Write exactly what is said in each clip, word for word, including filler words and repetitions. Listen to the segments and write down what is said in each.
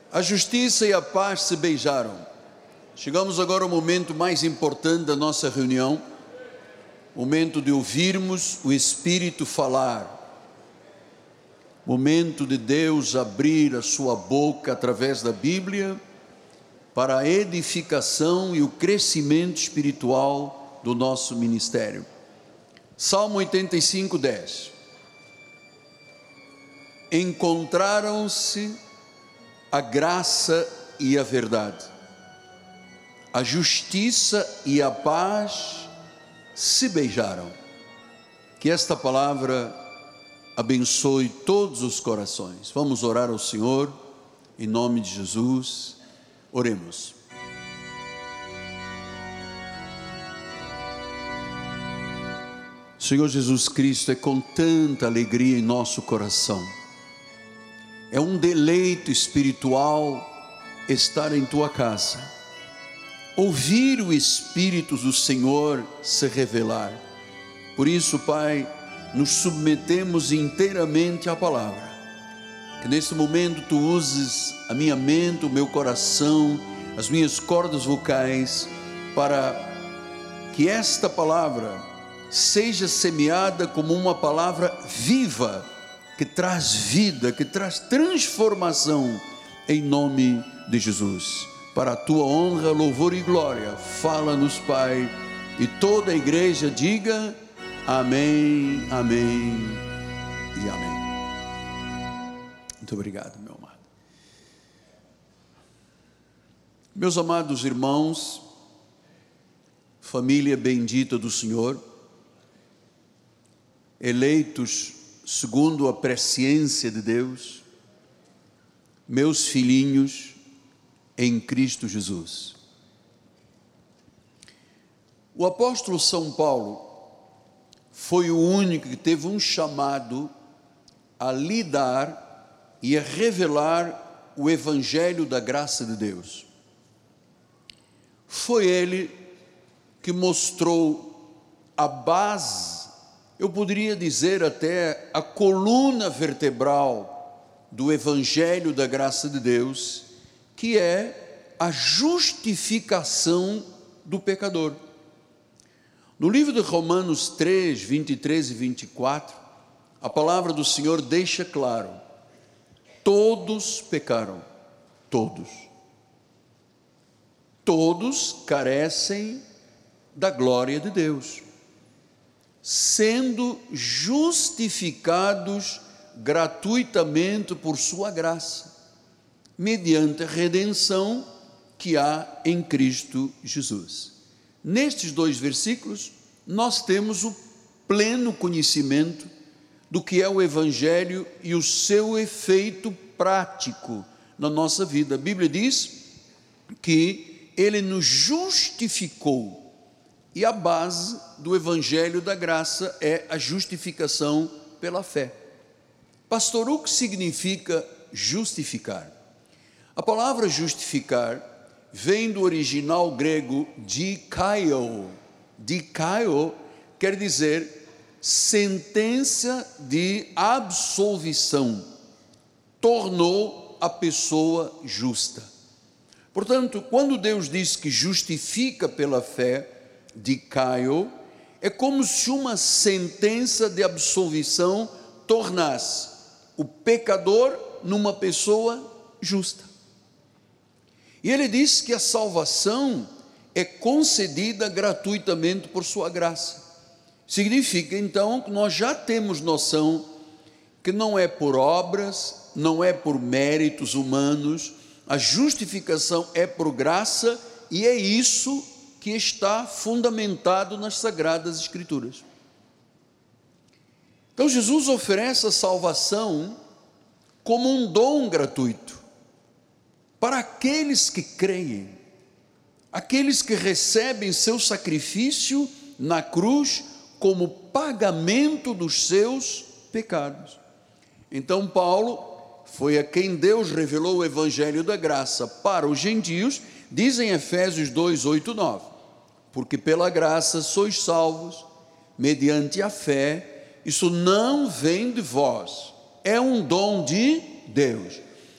A justiça e a paz se beijaram. Chegamos agora ao momento mais importante da nossa reunião, momento de ouvirmos o Espírito falar, momento de Deus abrir a sua boca através da Bíblia para a edificação e o crescimento espiritual do nosso ministério. Salmo oitenta e cinco, dez. Encontraram-se a graça e a verdade, a justiça e a paz se beijaram. Que esta palavra abençoe todos os corações. Vamos orar ao Senhor, em nome de Jesus. Oremos. Senhor Jesus Cristo, é com tanta alegria em nosso coração, é um deleite espiritual estar em tua casa, ouvir o Espírito do Senhor se revelar. Por isso, Pai, nos submetemos inteiramente à palavra. Que nesse momento Tu uses a minha mente, o meu coração, as minhas cordas vocais, para que esta palavra seja semeada como uma palavra viva, que traz vida, que traz transformação, em nome de Jesus. Para a Tua honra, louvor e glória, fala-nos, Pai, e toda a igreja diga amém, amém e amém. Muito obrigado, meu amado. Meus amados irmãos, família bendita do Senhor, eleitos segundo a presciência de Deus, meus filhinhos em Cristo Jesus. O apóstolo São Paulo foi o único que teve um chamado a lidar e a revelar o evangelho da graça de Deus. Foi ele que mostrou a base, eu poderia dizer até a coluna vertebral do evangelho da graça de Deus, que é a justificação do pecador. No livro de Romanos três, vinte e três e vinte e quatro, a palavra do Senhor deixa claro: todos pecaram, todos. Todos carecem da glória de Deus, sendo justificados gratuitamente por sua graça, mediante a redenção que há em Cristo Jesus. Nestes dois versículos, nós temos o pleno conhecimento do que é o Evangelho e o seu efeito prático na nossa vida. A Bíblia diz que Ele nos justificou, e a base do Evangelho da graça é a justificação pela fé. Pastor, o que significa justificar? A palavra justificar vem do original grego dikaio. Dikaio quer dizer sentença de absolvição, tornou a pessoa justa. Portanto, quando Deus diz que justifica pela fé, dikaio, é como se uma sentença de absolvição tornasse o pecador numa pessoa justa. E ele diz que a salvação é concedida gratuitamente por sua graça. Significa então que nós já temos noção que não é por obras, não é por méritos humanos, a justificação é por graça, e é isso que está fundamentado nas Sagradas Escrituras. Então Jesus oferece a salvação como um dom gratuito para aqueles que creem, aqueles que recebem seu sacrifício na cruz como pagamento dos seus pecados. Então Paulo foi a quem Deus revelou o evangelho da graça para os gentios, diz em Efésios dois, oito, nove, porque pela graça sois salvos, mediante a fé, isso não vem de vós, é um dom de Deus,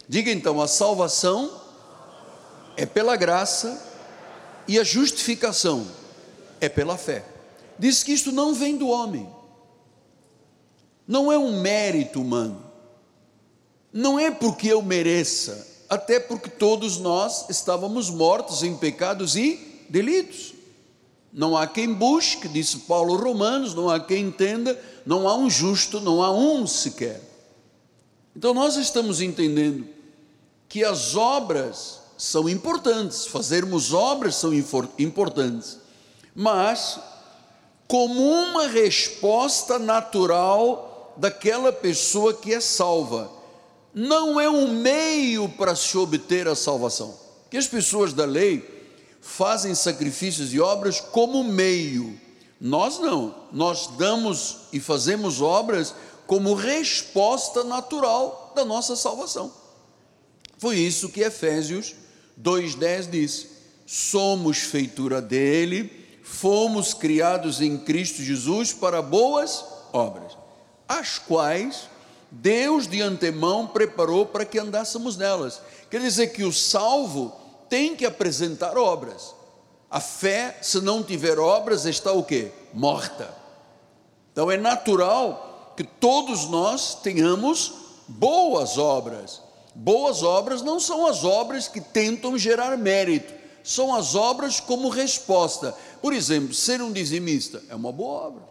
Diga então, a salvação é pela graça e a justificação é pela fé. Diz que isto não vem do homem, não é um mérito humano, não é porque eu mereça, até porque todos nós estávamos mortos em pecados e delitos. Não há quem busque, disse Paulo aos Romanos, não há quem entenda, não há um justo, não há um sequer. Então nós estamos entendendo que as obras são importantes, fazermos obras são importantes, mas como uma resposta natural daquela pessoa que é salva, não é um meio para se obter a salvação. Que as pessoas da lei fazem sacrifícios e obras como meio, nós não, nós damos e fazemos obras como resposta natural da nossa salvação. Foi isso que Efésios dois, dez diz: somos feitura dele, fomos criados em Cristo Jesus para boas obras, as quais Deus de antemão preparou para que andássemos nelas. Quer dizer que o salvo tem que apresentar obras. A fé, se não tiver obras, está o quê? Morta. Então é natural que todos nós tenhamos boas obras. Boas obras não são as obras que tentam gerar mérito, são as obras como resposta. Por exemplo, ser um dizimista é uma boa obra.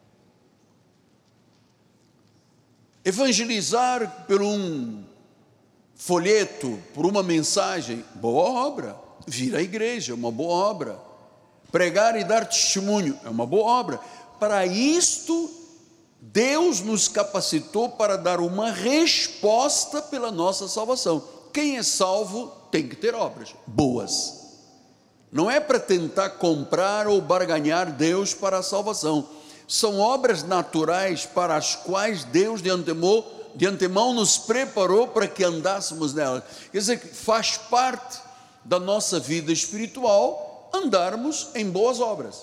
Evangelizar por um folheto, por uma mensagem, boa obra. Vir à igreja é uma boa obra. Pregar e dar testemunho é uma boa obra. Para isto, Deus nos capacitou para dar uma resposta pela nossa salvação. Quem é salvo tem que ter obras boas. Não é para tentar comprar ou barganhar Deus para a salvação. São obras naturais para as quais Deus de antemão, de antemão nos preparou para que andássemos nelas. Quer dizer, que faz parte da nossa vida espiritual andarmos em boas obras.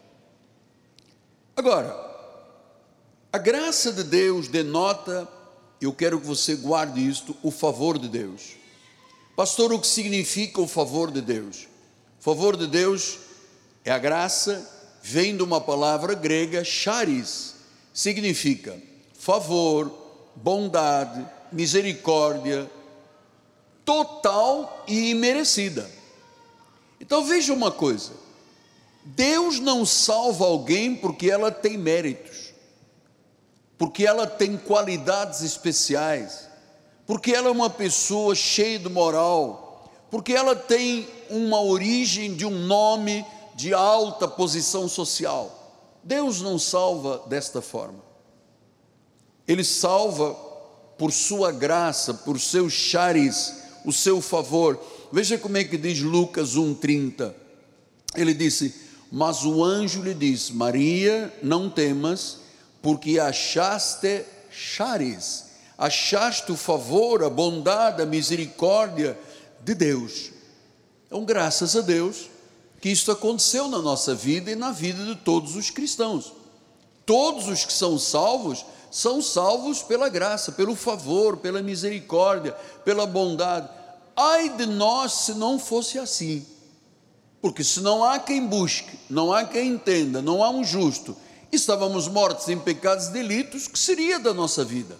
Agora, a graça de Deus denota, eu quero que você guarde isto, o favor de Deus. Pastor, o que significa o favor de Deus? O favor de Deus é a graça, vem de uma palavra grega, charis, significa favor, bondade, misericórdia, total e imerecida. Então veja uma coisa, Deus não salva alguém porque ela tem méritos, porque ela tem qualidades especiais, porque ela é uma pessoa cheia de moral, porque ela tem uma origem de um nome de alta posição social. Deus não salva desta forma. Ele salva por sua graça, por seu charis, o seu favor. Veja como é que diz Lucas um, trinta. Ele disse: mas o anjo lhe disse: Maria, não temas, porque achaste charis, achaste o favor, a bondade, a misericórdia de Deus. Então, graças a Deus que isto aconteceu na nossa vida e na vida de todos os cristãos. Todos os que são salvos, são salvos pela graça, pelo favor, pela misericórdia, pela bondade. Ai de nós se não fosse assim, porque se não há quem busque, não há quem entenda, não há um justo, estávamos mortos em pecados e delitos, que seria da nossa vida?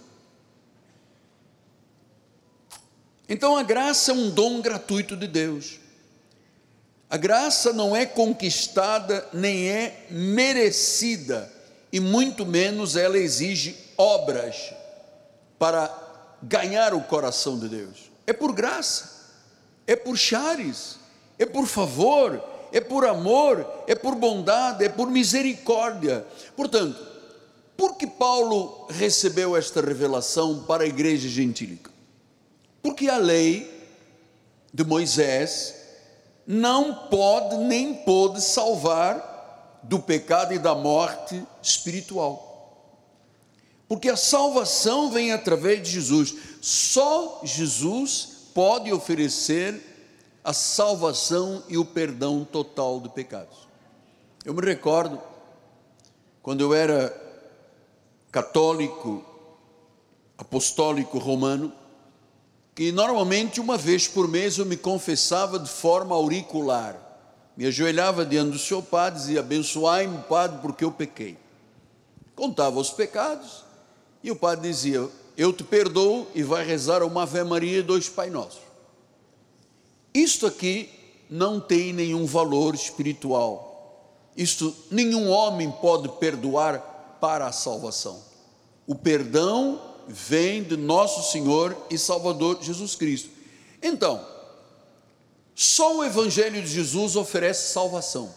Então a graça é um dom gratuito de Deus. A graça não é conquistada, nem é merecida, e muito menos ela exige obras para ganhar o coração de Deus. É por graça, é por charis, é por favor, é por amor, é por bondade, é por misericórdia. Portanto, por que Paulo recebeu esta revelação para a igreja gentílica? Porque a lei de Moisés não pode nem pôde salvar do pecado e da morte espiritual, porque a salvação vem através de Jesus. Só Jesus pode oferecer a salvação e o perdão total de pecados. Eu me recordo, quando eu era católico, apostólico romano, que normalmente uma vez por mês eu me confessava de forma auricular. Me ajoelhava diante do seu padre, dizia: abençoai-me, padre, porque eu pequei. Contava os pecados, e o padre dizia: eu te perdoo, e vai rezar uma Ave Maria e dois Pai Nossos. Isto aqui não tem nenhum valor espiritual. Isto, nenhum homem pode perdoar para a salvação. O perdão vem de nosso Senhor e Salvador Jesus Cristo. Então, só o Evangelho de Jesus oferece salvação.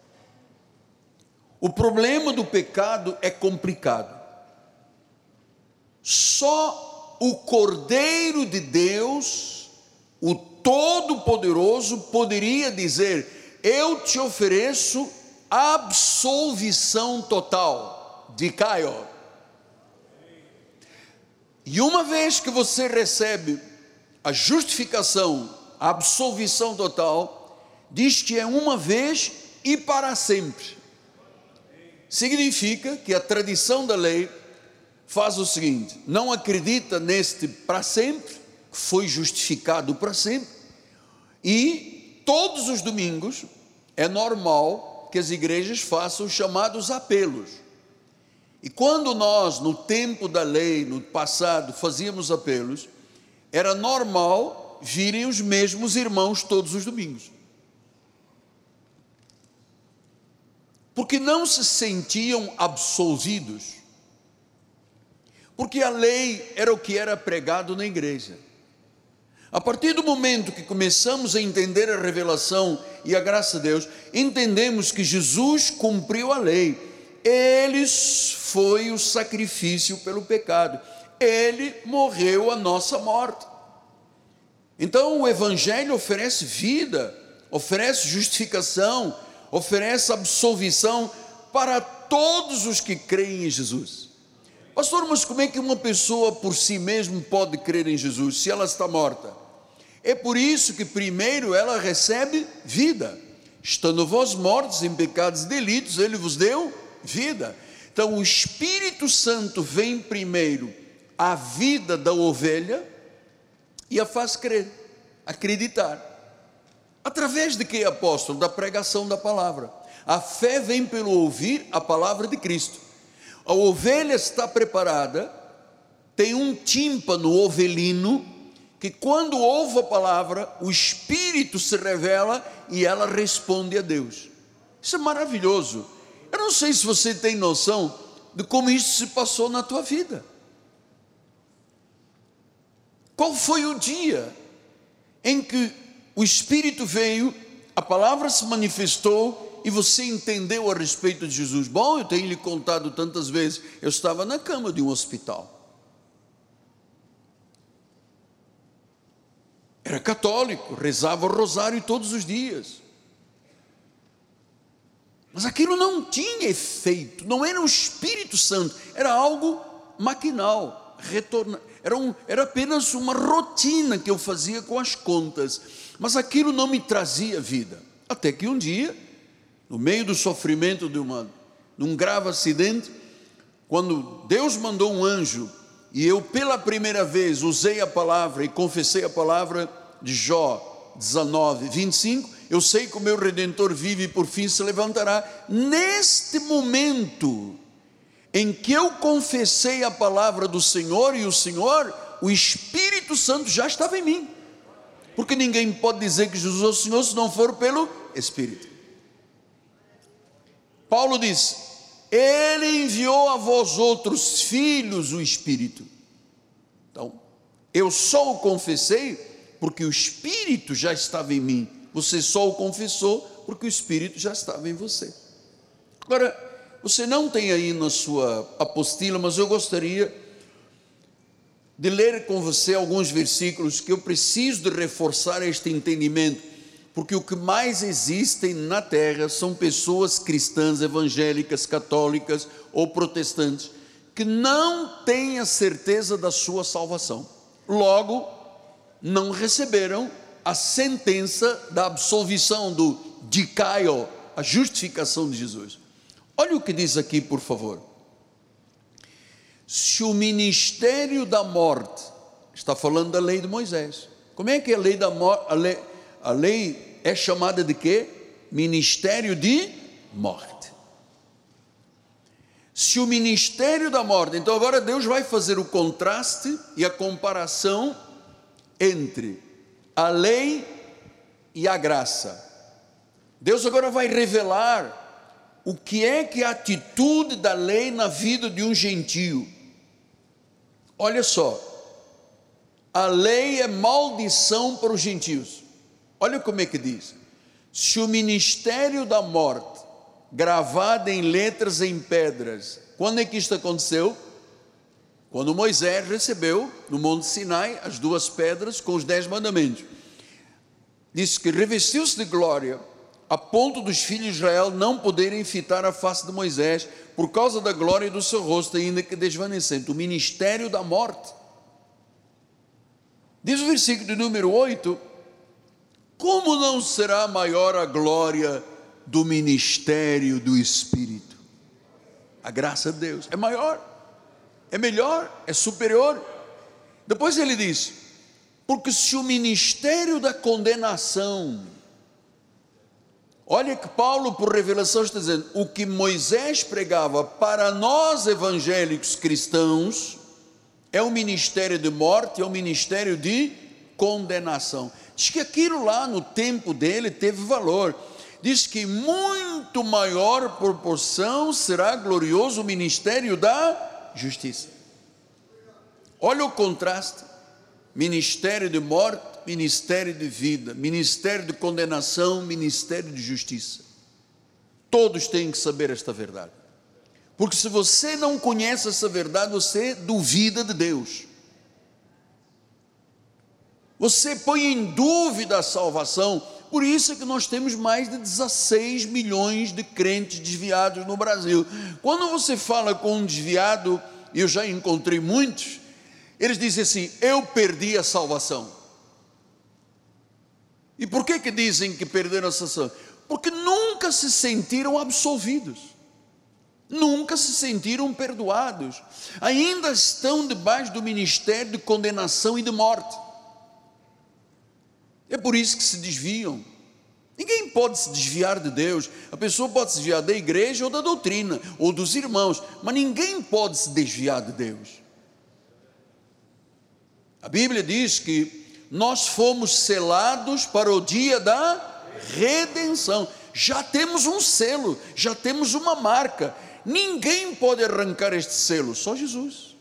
O problema do pecado é complicado. Só o Cordeiro de Deus, o Todo-Poderoso, poderia dizer: eu te ofereço absolvição total, dikaio. E uma vez que você recebe a justificação, a absolvição total, diz que é uma vez e para sempre. Significa que a tradição da lei faz o seguinte: não acredita neste para sempre, que foi justificado para sempre, e todos os domingos é normal que as igrejas façam os chamados apelos. E quando nós, no tempo da lei, no passado, fazíamos apelos, era normal virem os mesmos irmãos todos os domingos. Porque não se sentiam absolvidos. Porque a lei era o que era pregado na igreja. A partir do momento que começamos a entender a revelação e a graça de Deus, entendemos que Jesus cumpriu a lei. Ele foi o sacrifício pelo pecado. Ele morreu a nossa morte. Então o Evangelho oferece vida, oferece justificação, oferece absolvição para todos os que creem em Jesus. Pastor, mas como é que uma pessoa por si mesma pode crer em Jesus, se ela está morta? É por isso que primeiro ela recebe vida. Estando vós mortos em pecados e delitos, Ele vos deu vida. Então o Espírito Santo vem primeiro à vida da ovelha e a faz crer, acreditar. Através de que, apóstolo? Da pregação da palavra. A fé vem pelo ouvir a palavra de Cristo. A ovelha está preparada, tem um tímpano ovelino, que quando ouve a palavra, o Espírito se revela e ela responde a Deus. Isso é maravilhoso. Eu não sei se você tem noção de como isso se passou na tua vida. Qual foi o dia em que o Espírito veio, a palavra se manifestou e você entendeu a respeito de Jesus? Bom, eu tenho lhe contado tantas vezes, eu estava na cama de um hospital. Era católico, rezava o rosário todos os dias. Mas aquilo não tinha efeito, não era o Espírito Santo, era algo maquinal, retorna, era, um, era apenas uma rotina que eu fazia com as contas, mas aquilo não me trazia vida. Até que um dia, no meio do sofrimento de, uma, de um grave acidente, quando Deus mandou um anjo, e eu pela primeira vez usei a palavra e confessei a palavra de Jó dezenove, vinte e cinco, eu sei que o meu Redentor vive e por fim se levantará. Neste momento em que eu confessei a palavra do Senhor e o Senhor, o Espírito Santo já estava em mim, porque ninguém pode dizer que Jesus é o Senhor se não for pelo Espírito. Paulo diz: Ele enviou a vós outros filhos o Espírito. Então, eu só o confessei porque o Espírito já estava em mim. Você só o confessou porque o Espírito já estava em você. Agora, você não tem aí na sua apostila, mas eu gostaria de ler com você alguns versículos que eu preciso de reforçar este entendimento, porque o que mais existem na terra são pessoas cristãs, evangélicas, católicas ou protestantes, que não têm a certeza da sua salvação. Logo, não receberam a sentença da absolvição, do dikaio, a justificação de Jesus. Olha o que diz aqui, por favor. Se o ministério da morte está falando da lei de Moisés. Como é que a lei da morte, a lei, a lei é chamada de quê? Ministério de morte. Se o ministério da morte, então agora Deus vai fazer o contraste e a comparação entre a lei e a graça. Deus agora vai revelar o que é que é a atitude da lei na vida de um gentio. Olha só, a lei é maldição para os gentios. Olha como é que diz: se o ministério da morte, gravado em letras em pedras, quando é que isto aconteceu? Quando Moisés recebeu no Monte Sinai as duas pedras com os dez mandamentos. Diz que revestiu-se de glória, a ponto dos filhos de Israel não poderem fitar a face de Moisés, por causa da glória do seu rosto, ainda que desvanecente. O ministério da morte. Diz o versículo de número oito: como não será maior a glória do ministério do Espírito? A graça de Deus é maior, é melhor, é superior. Depois ele diz: porque se o ministério da condenação, olha que Paulo, por revelação, está dizendo, o que Moisés pregava para nós evangélicos cristãos é um ministério de morte, é um ministério de condenação. Diz que aquilo lá no tempo dele teve valor. Diz que muito maior proporção será glorioso o ministério da justiça. Olha o contraste: ministério de morte, ministério de vida, ministério de condenação, ministério de justiça. Todos têm que saber esta verdade, porque se você não conhece essa verdade, você duvida de Deus, você põe em dúvida a salvação. Por isso é que nós temos mais de dezesseis milhões de crentes desviados no Brasil. Quando você fala com um desviado, eu já encontrei muitos, eles dizem assim: eu perdi a salvação. E por que que dizem que perderam a salvação? Porque nunca se sentiram absolvidos, nunca se sentiram perdoados, ainda estão debaixo do ministério de condenação e de morte. É por isso que se desviam. Ninguém pode se desviar de Deus. A pessoa pode se desviar da igreja ou da doutrina, ou dos irmãos, mas ninguém pode se desviar de Deus. A Bíblia diz que nós fomos selados para o dia da redenção. Já temos um selo, já temos uma marca. Ninguém pode arrancar este selo, só Jesus.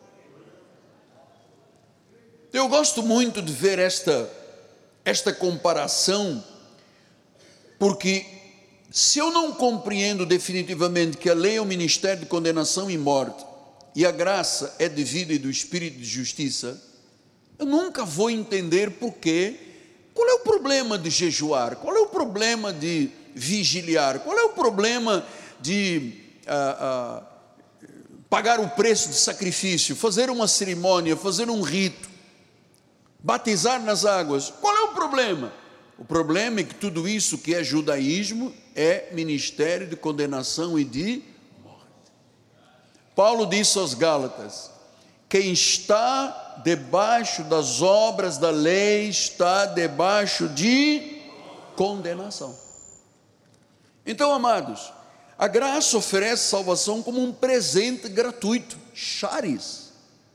Eu gosto muito de ver esta, esta comparação, porque se eu não compreendo definitivamente que a lei é um ministério de condenação e morte, e a graça é de vida e do Espírito de justiça, eu nunca vou entender porquê. Qual é o problema de jejuar? Qual é o problema de vigiliar? Qual é o problema de ah, ah, pagar o preço de sacrifício, fazer uma cerimônia, fazer um rito, batizar nas águas? Qual é o problema? O problema é que tudo isso que é judaísmo é ministério de condenação e de morte. Paulo disse aos Gálatas: quem está debaixo das obras da lei está debaixo de condenação. Então, amados, a graça oferece salvação como um presente gratuito, charis,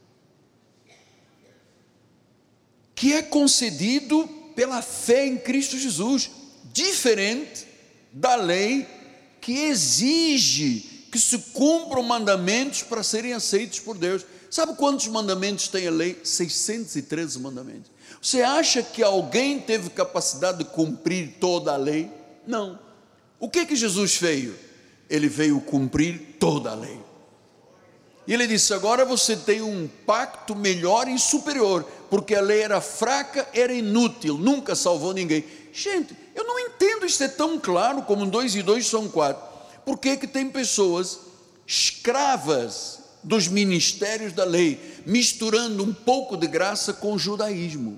que é concedido pela fé em Cristo Jesus, diferente da lei que exige que se cumpram mandamentos para serem aceitos por Deus. Sabe quantos mandamentos tem a lei? seiscentos e treze mandamentos. Você acha que alguém teve capacidade de cumprir toda a lei? Não. O que que Jesus veio? Ele veio cumprir toda a lei. E ele disse: agora você tem um pacto melhor e superior, porque a lei era fraca, era inútil, nunca salvou ninguém. Gente, eu não entendo, isso é tão claro como dois e dois são quatro. Por que que tem pessoas escravas dos ministérios da lei, misturando um pouco de graça com o judaísmo?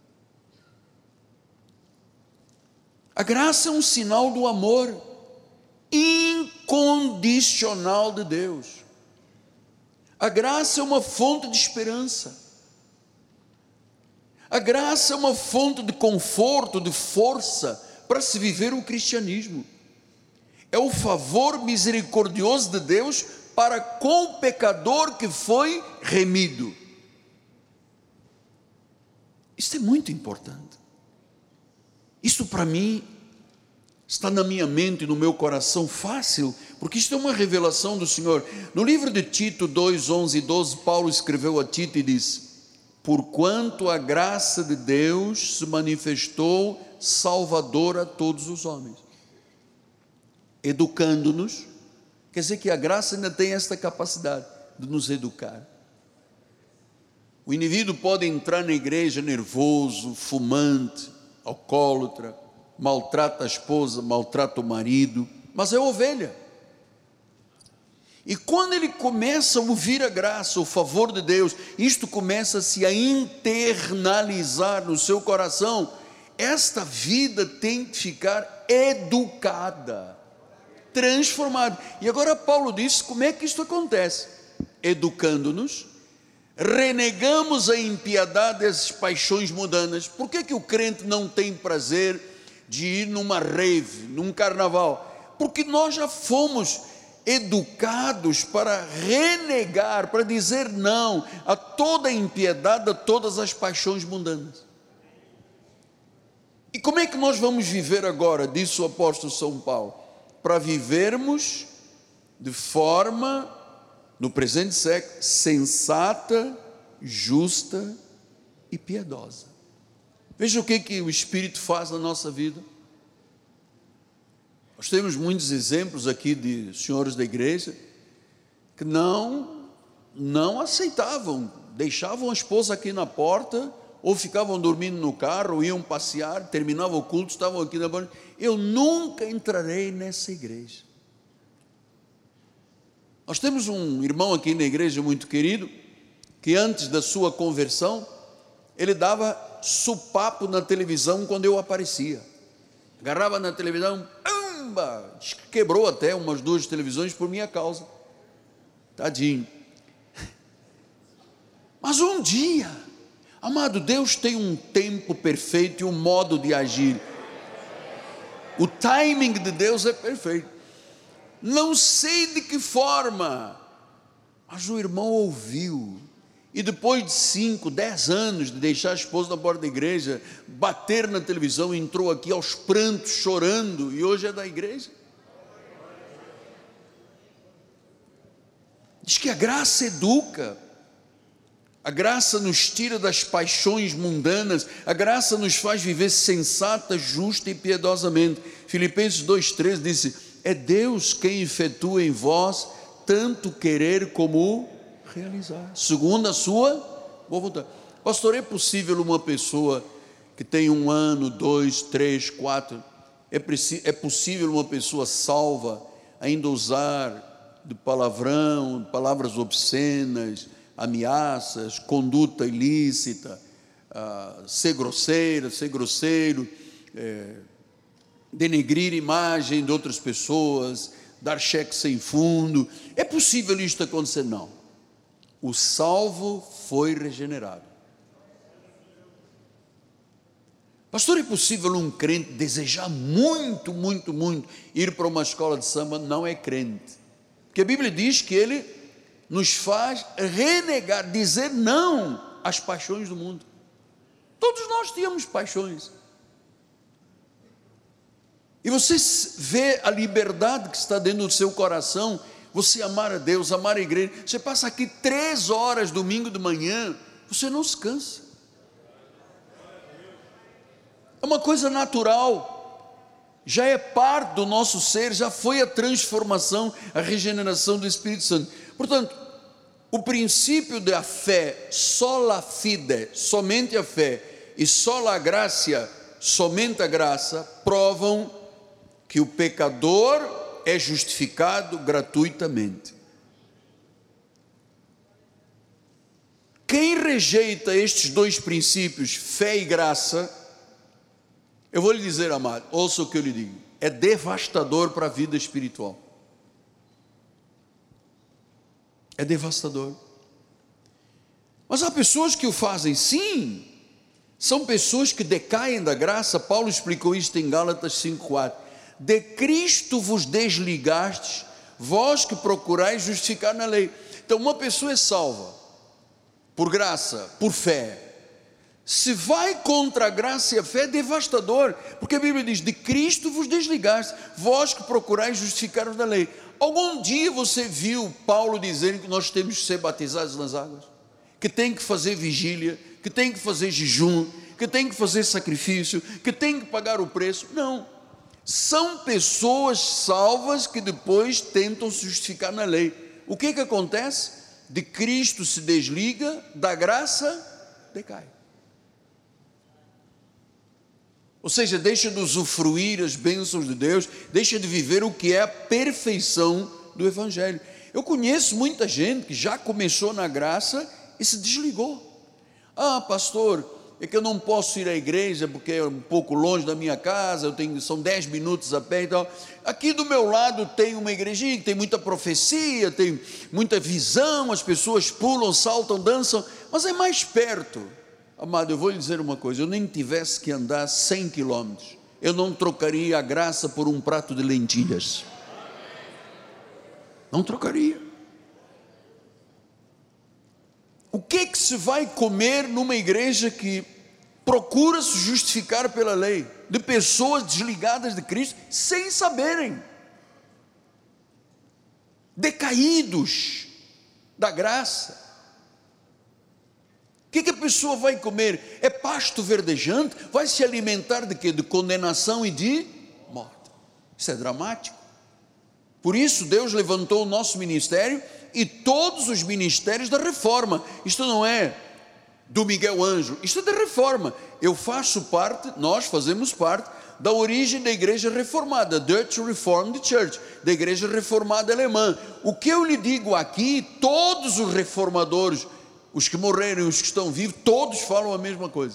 A graça é um sinal do amor incondicional de Deus. A graça é uma fonte de esperança. A graça é uma fonte de conforto, de força para se viver o cristianismo. É o favor misericordioso de Deus para com o pecador que foi remido. Isso é muito importante. Isso para mim está na minha mente e no meu coração fácil, porque isto é uma revelação do Senhor. No livro de Tito dois, onze e doze, Paulo escreveu a Tito e disse: porquanto a graça de Deus se manifestou salvadora a todos os homens, educando-nos. Quer dizer que a graça ainda tem esta capacidade de nos educar. O indivíduo pode entrar na igreja nervoso, fumante, alcoólatra, maltrata a esposa, maltrata o marido, mas é ovelha. E quando ele começa a ouvir a graça, o favor de Deus, isto começa-se a internalizar no seu coração. Esta vida tem que ficar educada, transformada. E agora Paulo diz como é que isto acontece: educando-nos, renegamos a impiedade e as paixões mundanas. Por que que o crente não tem prazer de ir numa rave, num carnaval? Porque nós já fomos educados para renegar, para dizer não a toda a impiedade, a todas as paixões mundanas. E como é que nós vamos viver agora, disse o apóstolo São Paulo? Para vivermos de forma, no presente século, sensata, justa e piedosa. Veja o que, que o Espírito faz na nossa vida. Nós temos muitos exemplos aqui de senhores da igreja que não, não aceitavam, deixavam a esposa aqui na porta, ou ficavam dormindo no carro, ou iam passear, terminava o culto, estavam aqui na porta. Eu nunca entrarei nessa igreja. Nós temos um irmão aqui na igreja muito querido, que antes da sua conversão, ele dava supapo na televisão quando eu aparecia. Agarrava na televisão, pamba, quebrou até umas duas televisões por minha causa. Tadinho. Mas um dia, amado, Deus tem um tempo perfeito e um modo de agir. O timing de Deus é perfeito. Não sei de que forma, mas o irmão ouviu. E depois de cinco, dez anos de deixar a esposa na porta da igreja, bater na televisão, entrou aqui aos prantos, chorando, e hoje é da igreja. Diz que a graça educa, a graça nos tira das paixões mundanas, a graça nos faz viver sensata, justa e piedosamente. Filipenses dois, treze disse: é Deus quem efetua em vós tanto querer como realizar, segundo a sua boa vontade. Pastor, é possível uma pessoa que tem um ano, dois, três, quatro, é, é possível uma pessoa salva ainda usar de palavrão, palavras obscenas, ameaças, conduta ilícita, uh, ser grosseira, ser grosseiro, é, denegrir imagem de outras pessoas, dar cheque sem fundo? É possível isto acontecer? Não. O salvo foi regenerado. Pastor, é possível um crente desejar muito, muito, muito ir para uma escola de samba? Não é crente, porque a Bíblia diz que ele nos faz renegar, dizer não às paixões do mundo. Todos nós tínhamos paixões, e você vê a liberdade que está dentro do seu coração, você amar a Deus, amar a igreja. Você passa aqui três horas domingo de manhã, você não se cansa. É uma coisa natural, já é parte do nosso ser, já foi a transformação, a regeneração do Espírito Santo. Portanto, o princípio da fé, sola fide, somente a fé, e sola gratia, somente a graça, provam que o pecador é justificado gratuitamente. Quem rejeita estes dois princípios, fé e graça, eu vou lhe dizer, amado, ouça o que eu lhe digo, é devastador para a vida espiritual. É devastador. Mas há pessoas que o fazem, sim, São pessoas que decaem da graça. Paulo explicou isto em Gálatas cinco, quatro. De Cristo vos desligastes, vós que procurais justificar na lei. Então uma pessoa é salva por graça, por fé. Se vai contra a graça e a fé, é devastador, porque a Bíblia diz: de Cristo vos desligaste, vós que procurais justificar-vos na lei. Algum dia você viu Paulo dizendo que nós temos que ser batizados nas águas, que tem que fazer vigília, que tem que fazer jejum, que tem que fazer sacrifício, que tem que pagar o preço? Não. São pessoas salvas que depois tentam se justificar na lei. O que que acontece? De Cristo se desliga, da graça decai. Ou seja, deixa de usufruir as bênçãos de Deus, deixa de viver o que é a perfeição do Evangelho. Eu conheço muita gente que já começou na graça e se desligou. Ah, pastor, é que eu não posso ir à igreja porque é um pouco longe da minha casa, eu tenho, são dez minutos a pé e tal. Aqui do meu lado tem uma igrejinha que tem muita profecia, tem muita visão, as pessoas pulam, saltam, dançam, mas é mais perto. Amado, eu vou lhe dizer uma coisa: eu nem tivesse que andar cem quilômetros, eu não trocaria a graça por um prato de lentilhas. Não trocaria. O que é que se vai comer numa igreja que procura se justificar pela lei, de pessoas desligadas de Cristo, sem saberem, decaídos da graça? O que, que a pessoa vai comer? É pasto verdejante? Vai se alimentar de quê? De condenação e de morte. Isso é dramático. Por isso Deus levantou o nosso ministério e todos os ministérios da reforma. Isto não é do Miguel Ângelo, isto é da reforma. Eu faço parte, nós fazemos parte da origem da igreja reformada, Dutch Reformed Church, da igreja reformada alemã. O que eu lhe digo aqui, todos os reformadores, os que morreram e os que estão vivos, todos falam a mesma coisa.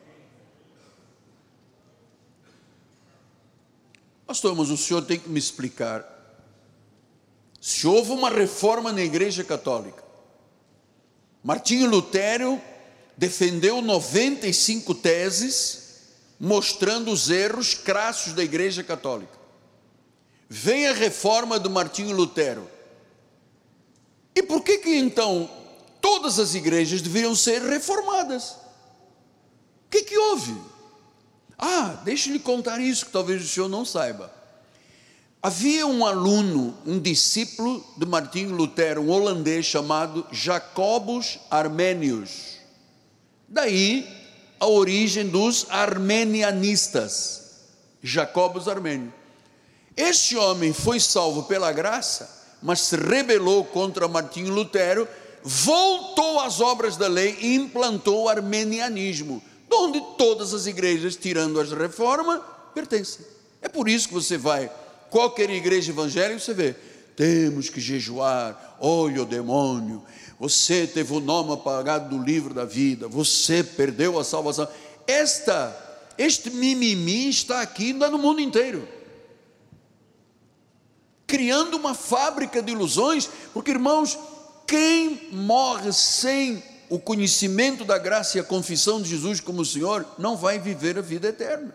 Pastor, mas o senhor tem que me explicar. Se houve uma reforma na igreja católica, Martinho Lutero defendeu noventa e cinco teses, mostrando os erros crassos da igreja católica. Vem a reforma do Martinho Lutero. E por que que então todas as igrejas deveriam ser reformadas? O que que houve? Ah, deixe-lhe contar isso, que talvez o senhor não saiba. Havia um aluno, um discípulo de Martinho Lutero, um holandês chamado Jacobus Armenius. Daí a origem dos armenianistas, Jacobus Armênio. Este homem foi salvo pela graça, mas se rebelou contra Martinho Lutero, voltou às obras da lei e implantou o armenianismo, de onde todas as igrejas, tirando as reformas, pertencem. É por isso que você vai, qualquer igreja evangélica, você vê, temos que jejuar, olha o demônio, você teve o nome apagado do livro da vida, você perdeu a salvação. Esta, este mimimi está aqui no mundo inteiro, criando uma fábrica de ilusões, porque, irmãos, quem morre sem o conhecimento da graça e a confissão de Jesus como o Senhor, não vai viver a vida eterna.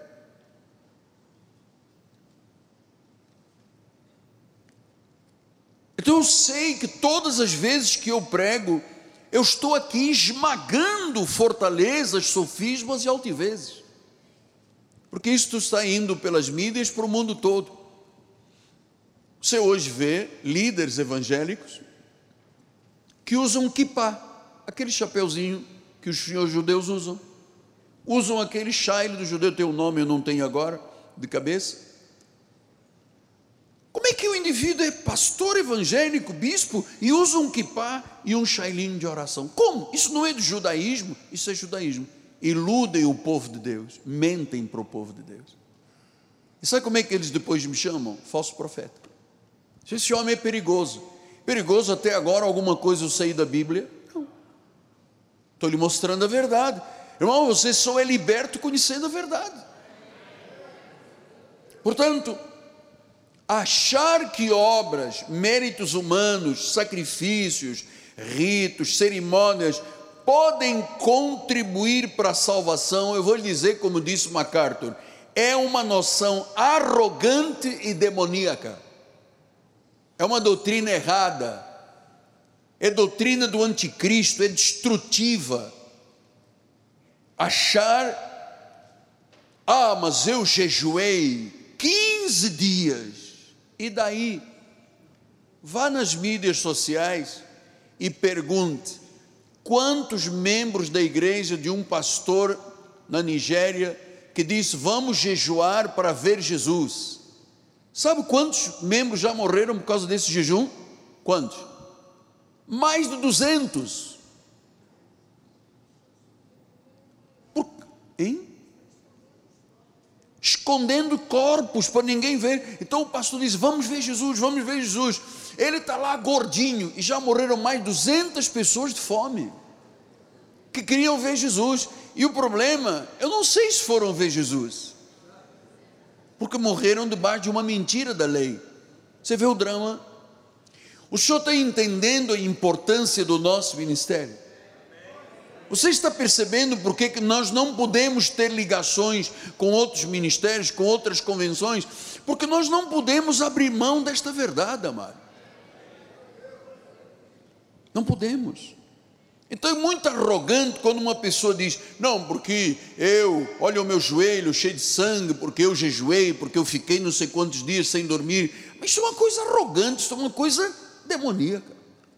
Então eu sei que todas as vezes que eu prego, eu estou aqui esmagando fortalezas, sofismas e altivezes, porque isto está indo pelas mídias para o mundo todo. Você hoje vê líderes evangélicos que usam kippah, aquele chapeuzinho que os senhores judeus usam, usam aquele shaile do judeu, tem um nome, eu não tenho agora de cabeça. Como é que o indivíduo é pastor evangélico, bispo, e usa um kippah e um shailinho de oração? Como? Isso não é do judaísmo, isso é judaísmo. Iludem o povo de Deus, mentem para o povo de Deus. E sabe como é que eles depois me chamam? Falso profeta. Esse homem é perigoso. Perigoso até agora, alguma coisa eu sei da Bíblia? Não. Estou lhe mostrando a verdade. Irmão, você só é liberto conhecendo a verdade. Portanto, achar que obras, méritos humanos, sacrifícios, ritos, cerimônias, podem contribuir para a salvação, eu vou lhe dizer, como disse MacArthur, é uma noção arrogante e demoníaca. É uma doutrina errada, é doutrina do anticristo, é destrutiva. Achar, ah, mas eu jejuei quinze dias, e daí? Vá nas mídias sociais e pergunte quantos membros da igreja de um pastor na Nigéria que disse, vamos jejuar para ver Jesus. Sabe quantos membros já morreram por causa desse jejum? Quantos? Mais de duzentos. Por, hein? Escondendo corpos para ninguém ver. Então o pastor diz, vamos ver Jesus, vamos ver Jesus. Ele está lá gordinho, e já morreram mais de duzentas pessoas de fome, que queriam ver Jesus. E o problema, eu não sei se foram ver Jesus, porque morreram debaixo de uma mentira da lei. Você vê o drama? O senhor está entendendo a importância do nosso ministério? Você está percebendo por que que nós não podemos ter ligações com outros ministérios, com outras convenções? Porque nós não podemos abrir mão desta verdade, amado. Não podemos. Então é muito arrogante quando uma pessoa diz, não, porque eu, olha o meu joelho cheio de sangue, porque eu jejuei, porque eu fiquei não sei quantos dias sem dormir. Mas isso é uma coisa arrogante, isso é uma coisa demoníaca.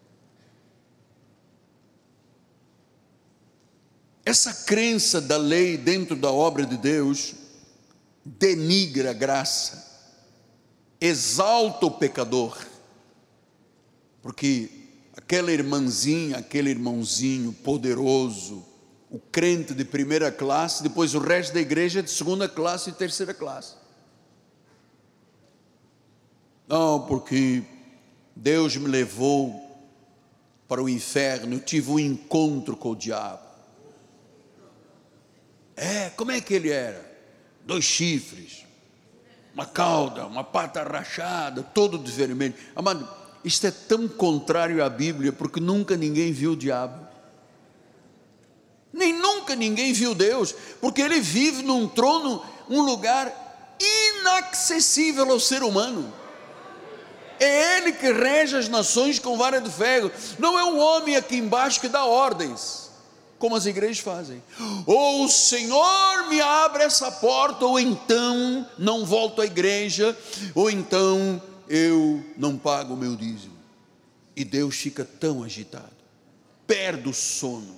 Essa crença da lei dentro da obra de Deus denigra a graça, exalta o pecador, porque aquela irmãzinha, aquele irmãozinho poderoso, o crente de primeira classe, depois o resto da igreja é de segunda classe e terceira classe. Não, porque Deus me levou para o inferno, eu tive um encontro com o diabo. É, como é que ele era? Dois chifres, uma cauda, uma pata rachada, todo de vermelho. Amado, isto é tão contrário à Bíblia, porque nunca ninguém viu o diabo, nem nunca ninguém viu Deus, porque ele vive num trono, um lugar inacessível ao ser humano. É ele que rege as nações com vara de ferro, não é um homem aqui embaixo que dá ordens, como as igrejas fazem. Ou o Senhor me abre essa porta, ou então não volto à igreja, ou então eu não pago o meu dízimo. E Deus fica tão agitado, perde o sono,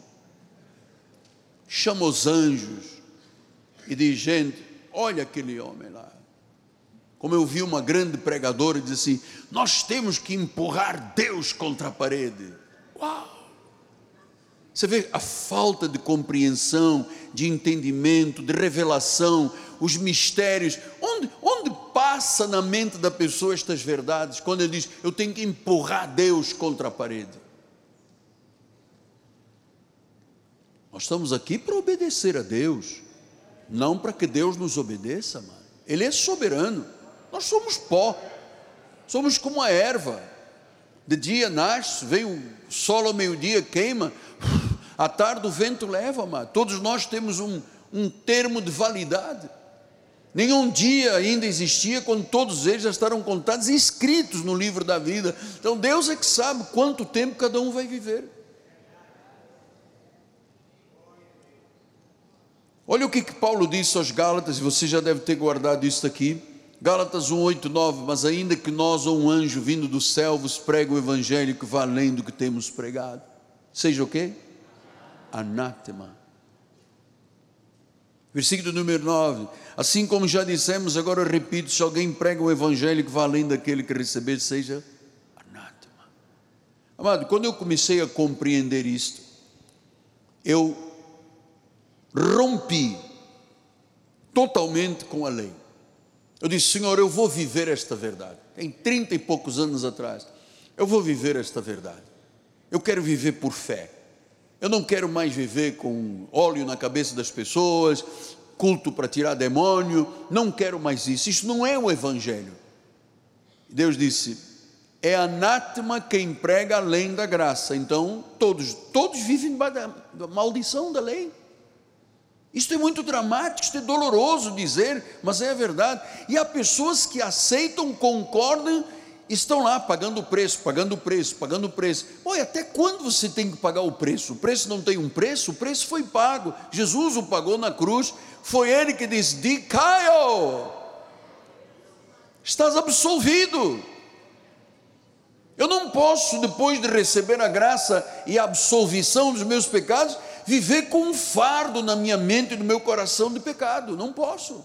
chama os anjos e diz, gente, olha aquele homem lá. Como eu vi uma grande pregadora diz assim, nós temos que empurrar Deus contra a parede. Uau! Você vê a falta de compreensão, de entendimento, de revelação, os mistérios, onde, onde passa na mente da pessoa estas verdades, quando ele diz, eu tenho que empurrar Deus contra a parede. Nós estamos aqui para obedecer a Deus, não para que Deus nos obedeça, mano. Ele é soberano, nós somos pó, somos como a erva, de dia nasce, vem o sol ao meio-dia, queima, à tarde o vento leva, amado. Todos nós temos um, um termo de validade. Nenhum dia ainda existia quando todos eles já estarão contados e escritos no livro da vida. Então Deus é que sabe quanto tempo cada um vai viver. Olha o que, que Paulo disse aos Gálatas, e você já deve ter guardado isso aqui, Gálatas um, oito, nove, mas ainda que nós ou um anjo vindo do céu vos pregue o evangelho que vá além do que temos pregado, seja o quê? Anátema. Versículo número nove, assim como já dissemos, agora eu repito, se alguém prega o evangelho que vá além daquele que receber, seja anátema. Amado, quando eu comecei a compreender isto, eu rompi totalmente com a lei. Eu disse, Senhor, eu vou viver esta verdade. Tem trinta e poucos anos atrás, eu vou viver esta verdade. Eu quero viver por fé. Eu não quero mais viver com óleo na cabeça das pessoas, culto para tirar demônio, não quero mais isso. Isso não é o evangelho. Deus disse, é anátema quem prega além da graça. Então, todos, todos vivem debaixo da, da maldição da lei. Isto é muito dramático, isto é doloroso dizer, mas é a verdade. E há pessoas que aceitam, concordam, estão lá pagando o preço, pagando o preço, pagando o preço. Olha, até quando você tem que pagar o preço? O preço não tem um preço? O preço foi pago. Jesus o pagou na cruz. Foi ele que disse: Dicaio, estás absolvido. Eu não posso, depois de receber a graça e a absolvição dos meus pecados, viver com um fardo na minha mente e no meu coração de pecado. Não posso.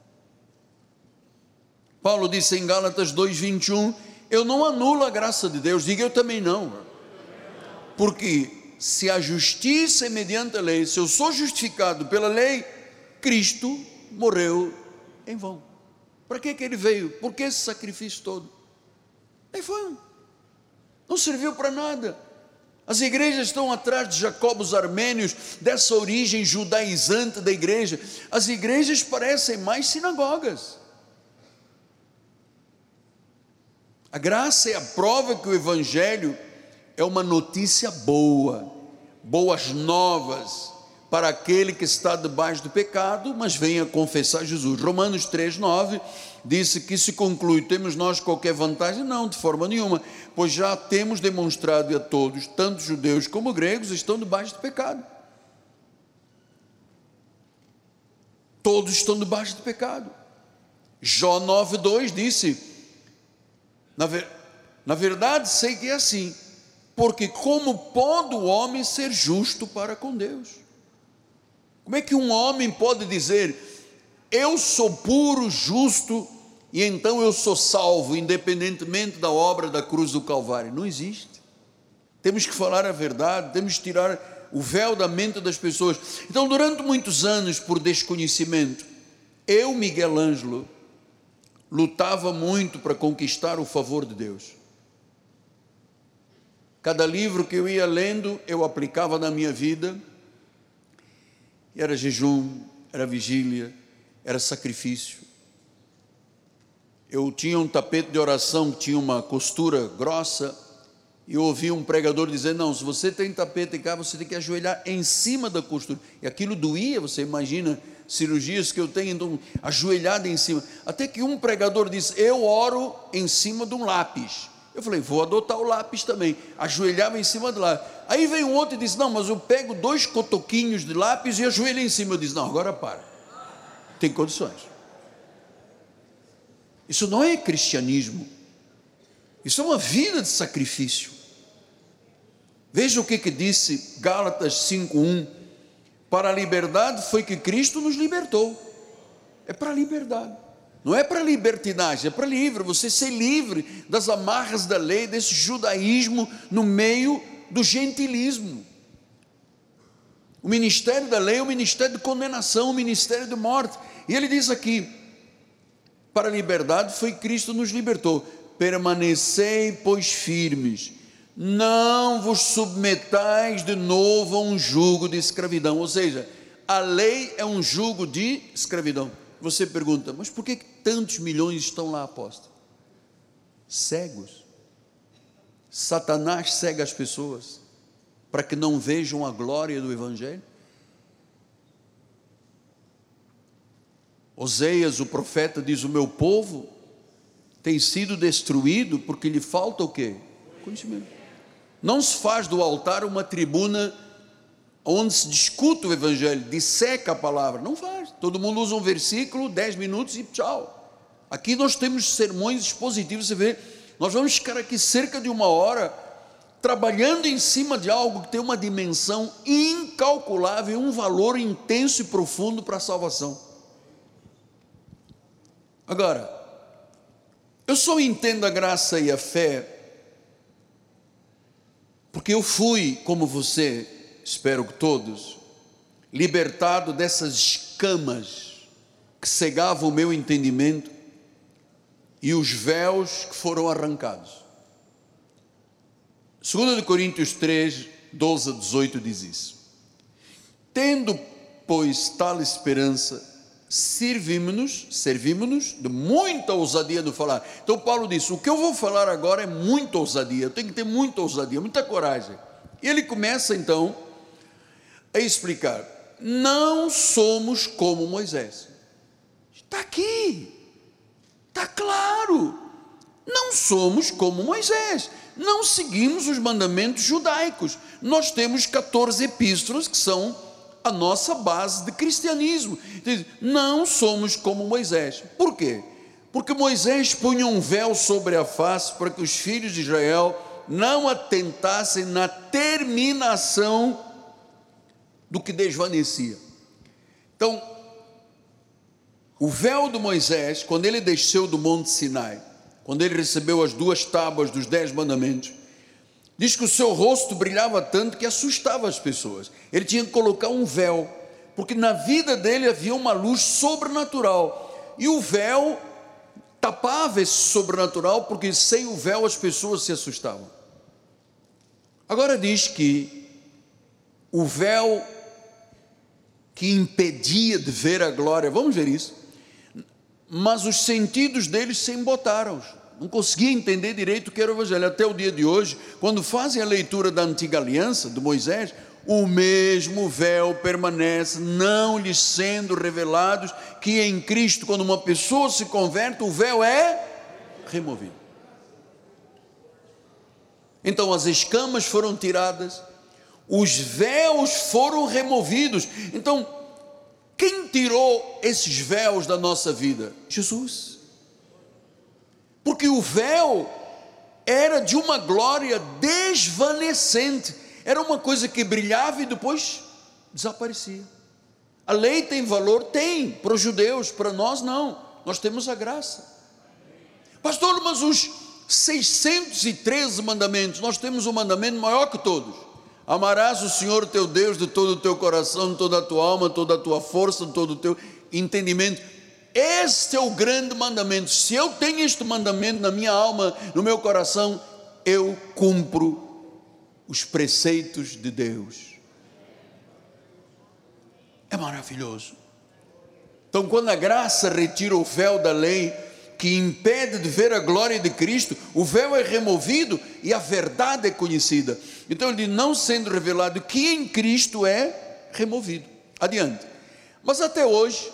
Paulo disse em Gálatas dois, vinte e um, eu não anulo a graça de Deus. Diga: eu também não. Porque se a justiça é mediante a lei, se eu sou justificado pela lei, Cristo morreu em vão. Para que que ele veio? Por que esse sacrifício todo? Em vão. Não serviu para nada. As igrejas estão atrás de Jacobos armênios, dessa origem judaizante da igreja. As igrejas parecem mais sinagogas. A graça é a prova que o evangelho é uma notícia boa, boas novas para aquele que está debaixo do pecado, mas venha confessar Jesus. Romanos três, nove disse que se conclui: temos nós qualquer vantagem? Não, de forma nenhuma, pois já temos demonstrado a todos, tanto judeus como gregos, estão debaixo do pecado. Todos estão debaixo do pecado. Jó nove, dois disse: na, ver, na verdade sei que é assim, porque como pode o homem ser justo para com Deus? Como é que um homem pode dizer: eu sou puro, justo, e então eu sou salvo, independentemente da obra da cruz do Calvário? Não existe. Temos que falar a verdade, temos que tirar o véu da mente das pessoas. Então, durante muitos anos, por desconhecimento, eu, Miguel Ângelo, lutava muito para conquistar o favor de Deus. Cada livro que eu ia lendo, eu aplicava na minha vida. Era jejum, era vigília, era sacrifício. Eu tinha um tapete de oração que tinha uma costura grossa, e eu ouvi um pregador dizer: não, se você tem tapete em casa, você tem que ajoelhar em cima da costura. E aquilo doía, você imagina cirurgias que eu tenho, então, ajoelhado em cima. Até que um pregador disse: eu oro em cima de um lápis. Eu falei: vou adotar o lápis também. Ajoelhava em cima do lápis. Aí veio um outro e disse: não, mas eu pego dois cotoquinhos de lápis e ajoelho em cima. Eu disse: não, agora para. Tem condições. Isso não é cristianismo. Isso é uma vida de sacrifício. Veja o que que disse Gálatas cinco, um. Para a liberdade foi que Cristo nos libertou. É para a liberdade. Não é para libertinagem, é para livre. Você ser livre das amarras da lei, desse judaísmo no meio do gentilismo. O ministério da lei é o ministério de condenação, o ministério de morte. E ele diz aqui: para a liberdade foi Cristo nos libertou. Permanecei, pois, firmes, não vos submetais de novo a um jugo de escravidão. Ou seja, a lei é um jugo de escravidão. Você pergunta: mas por que tantos milhões estão lá, apóstolo? Cegos. Satanás cega as pessoas para que não vejam a glória do evangelho. Oseias, o profeta, diz: o meu povo tem sido destruído porque lhe falta o quê? Conhecimento. Não se faz do altar uma tribuna onde se discute o evangelho, disseca a palavra. Não faz. Todo mundo usa um versículo, dez minutos e tchau. Aqui nós temos sermões expositivos. Você vê, nós vamos ficar aqui cerca de uma hora trabalhando em cima de algo que tem uma dimensão incalculável, um valor intenso e profundo para a salvação. Agora, eu só entendo a graça e a fé porque eu fui, como você, espero que todos, libertado dessas escamas que cegavam o meu entendimento e os véus que foram arrancados. dois Coríntios três, doze a dezoito diz isso: tendo, pois, tal esperança, servimos-nos, servimos-nos de muita ousadia no falar. Então Paulo disse, o que eu vou falar agora é muita ousadia, eu tenho que ter muita ousadia, muita coragem. E ele começa então a explicar, não somos como Moisés. Está aqui, está claro, não somos como Moisés, não seguimos os mandamentos judaicos, nós temos catorze epístolas que são a nossa base de cristianismo. Não somos como Moisés. Por quê? Porque Moisés punha um véu sobre a face para que os filhos de Israel não atentassem na terminação do que desvanecia. Então, o véu de Moisés, quando ele desceu do Monte Sinai, quando ele recebeu as duas tábuas dos dez mandamentos, diz que o seu rosto brilhava tanto que assustava as pessoas. Ele tinha que colocar um véu, porque na vida dele havia uma luz sobrenatural, e o véu tapava esse sobrenatural, porque sem o véu as pessoas se assustavam. Agora diz que o véu que impedia de ver a glória, vamos ver isso, mas os sentidos deles se embotaram, não conseguia entender direito o que era o Evangelho. Até o dia de hoje, quando fazem a leitura da antiga aliança, de Moisés, o mesmo véu permanece, não lhes sendo revelados, que em Cristo, quando uma pessoa se converte, o véu é removido. Então as escamas foram tiradas, os véus foram removidos. Então, quem tirou esses véus da nossa vida? Jesus. Porque o véu era de uma glória desvanecente, era uma coisa que brilhava e depois desaparecia. A lei tem valor? Tem, para os judeus, para nós não, nós temos a graça. Pastor, mas os seiscentos e treze mandamentos, nós temos um mandamento maior que todos: amarás o Senhor teu Deus de todo o teu coração, de toda a tua alma, de toda a tua força, de todo o teu entendimento. Este é o grande mandamento. Se eu tenho este mandamento na minha alma, no meu coração, eu cumpro os preceitos de Deus. É maravilhoso. Então, quando a graça retira o véu da lei, que impede de ver a glória de Cristo, o véu é removido e a verdade é conhecida. Então ele diz, não sendo revelado, que em Cristo é removido. Adiante. Mas até hoje,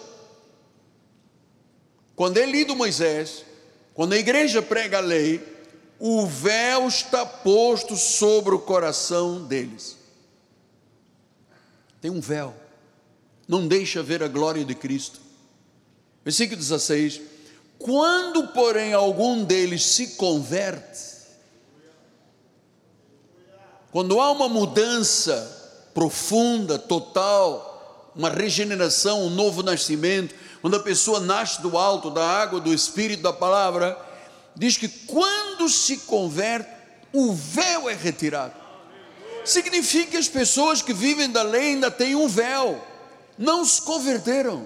quando é lido Moisés, quando a igreja prega a lei, o véu está posto sobre o coração deles. Tem um véu, não deixa ver a glória de Cristo. Versículo dezesseis, quando porém algum deles se converte, quando há uma mudança profunda, total, uma regeneração, um novo nascimento, quando a pessoa nasce do alto, da água, do Espírito, da palavra, diz que quando se converte, o véu é retirado. Significa que as pessoas que vivem da lei ainda têm um véu, não se converteram.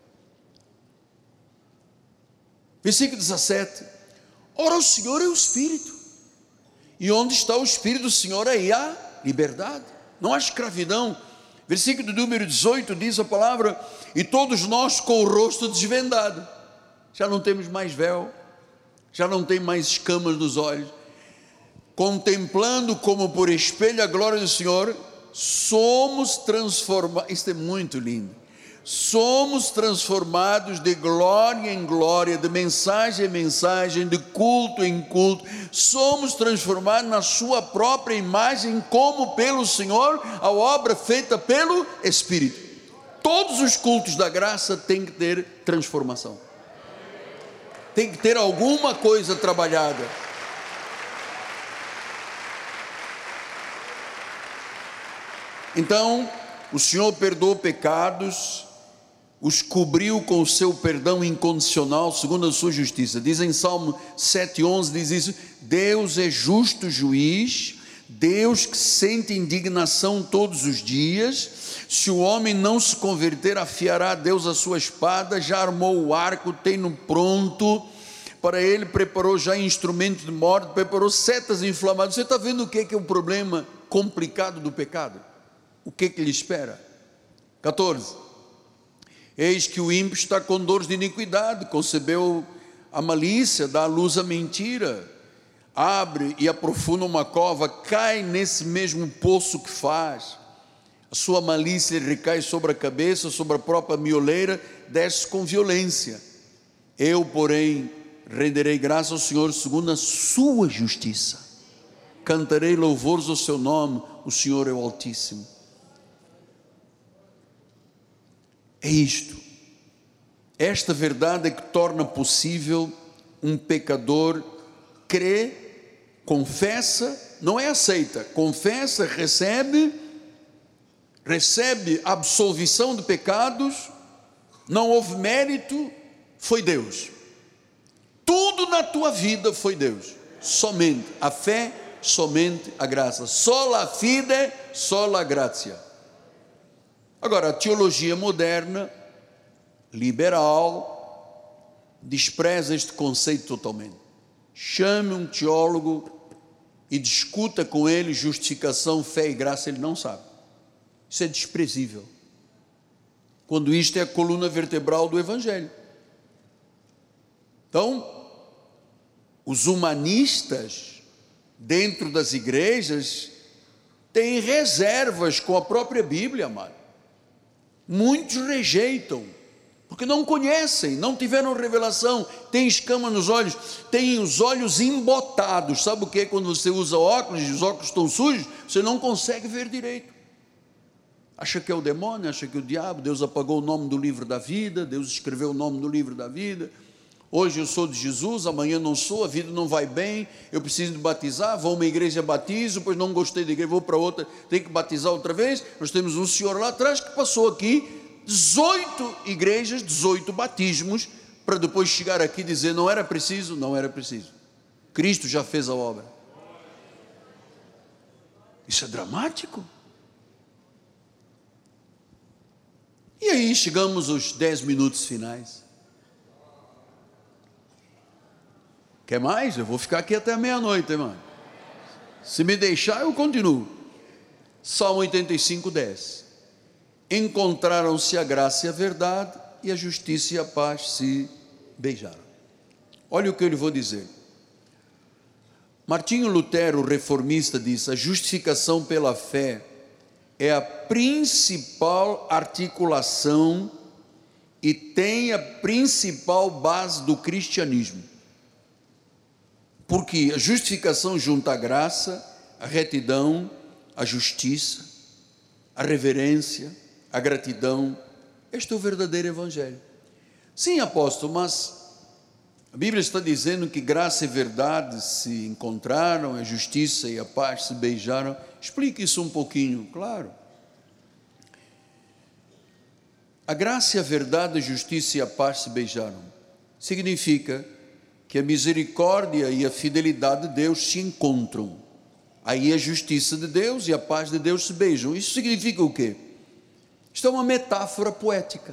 Versículo dezessete, ora o Senhor é o Espírito, e onde está o Espírito do Senhor, aí há liberdade, não há escravidão. Versículo número dezoito diz a palavra, e todos nós com o rosto desvendado, já não temos mais véu, já não tem mais escamas nos olhos, contemplando como por espelho a glória do Senhor, somos transformados, isto é muito lindo, somos transformados de glória em glória, de mensagem em mensagem, de culto em culto, somos transformados na sua própria imagem, como pelo Senhor, a obra feita pelo Espírito. Todos os cultos da graça têm que ter transformação, tem que ter alguma coisa trabalhada. Então, o Senhor perdoou pecados, os cobriu com o seu perdão incondicional, segundo a sua justiça. Diz em Salmo sete, onze, diz isso, Deus é justo juiz, Deus que sente indignação todos os dias. Se o homem não se converter, afiará Deus a sua espada, já armou o arco, tem-no pronto, para ele preparou já instrumento de morte, preparou setas inflamadas. Você está vendo o que é, que é o problema complicado do pecado? O que é que lhe espera? catorze, Eis que o ímpio está com dores de iniquidade, concebeu a malícia, dá à luz a mentira, abre e aprofunda uma cova, cai nesse mesmo poço que faz. A sua malícia recai sobre a cabeça, sobre a própria mioleira, desce com violência. Eu, porém, renderei graça ao Senhor segundo a sua justiça. Cantarei louvores ao seu nome, o Senhor é o Altíssimo. É isto. Esta verdade é que torna possível um pecador crer, confessa, não é aceita, confessa, recebe, recebe absolvição de pecados, não houve mérito, foi Deus. Tudo na tua vida foi Deus. Somente a fé, somente a graça. Sola fide, sola gratia. Agora, a teologia moderna, liberal, despreza este conceito totalmente. Chame um teólogo e discuta com ele justificação, fé e graça, ele não sabe. Isso é desprezível, quando isto é a coluna vertebral do Evangelho. Então, os humanistas dentro das igrejas têm reservas com a própria Bíblia, amado. Muitos rejeitam, porque não conhecem, não tiveram revelação, têm escama nos olhos, têm os olhos embotados. Sabe o que é quando você usa óculos e os óculos estão sujos? Você não consegue ver direito. Acha que é o demônio, acha que é o diabo. Deus apagou o nome do livro da vida, Deus escreveu o nome do livro da vida. Hoje eu sou de Jesus, amanhã não sou, a vida não vai bem, eu preciso de batizar, vou a uma igreja, batizo, pois não gostei da igreja, vou para outra, tenho que batizar outra vez. Nós temos um senhor lá atrás que passou aqui dezoito igrejas, dezoito batismos, para depois chegar aqui e dizer, não era preciso, não era preciso. Cristo já fez a obra. Isso é dramático. E aí chegamos aos dez minutos finais. Quer mais? Eu vou ficar aqui até a meia-noite, irmão. Se me deixar, eu continuo. Salmo oitenta e cinco, dez. Encontraram-se a graça e a verdade, e a justiça e a paz se beijaram. Olha o que eu lhe vou dizer. Martinho Lutero, reformista, disse: a justificação pela fé é a principal articulação e tem a principal base do cristianismo. Porque a justificação junta a graça, a retidão, a justiça, a reverência, a gratidão. Este é o verdadeiro Evangelho. Sim, apóstolo, mas a Bíblia está dizendo que graça e verdade se encontraram, a justiça e a paz se beijaram. Explique isso um pouquinho, claro. A graça e a verdade, a justiça e a paz se beijaram. Significa que a misericórdia e a fidelidade de Deus se encontram. Aí a justiça de Deus e a paz de Deus se beijam. Isso significa o quê? Isto é uma metáfora poética.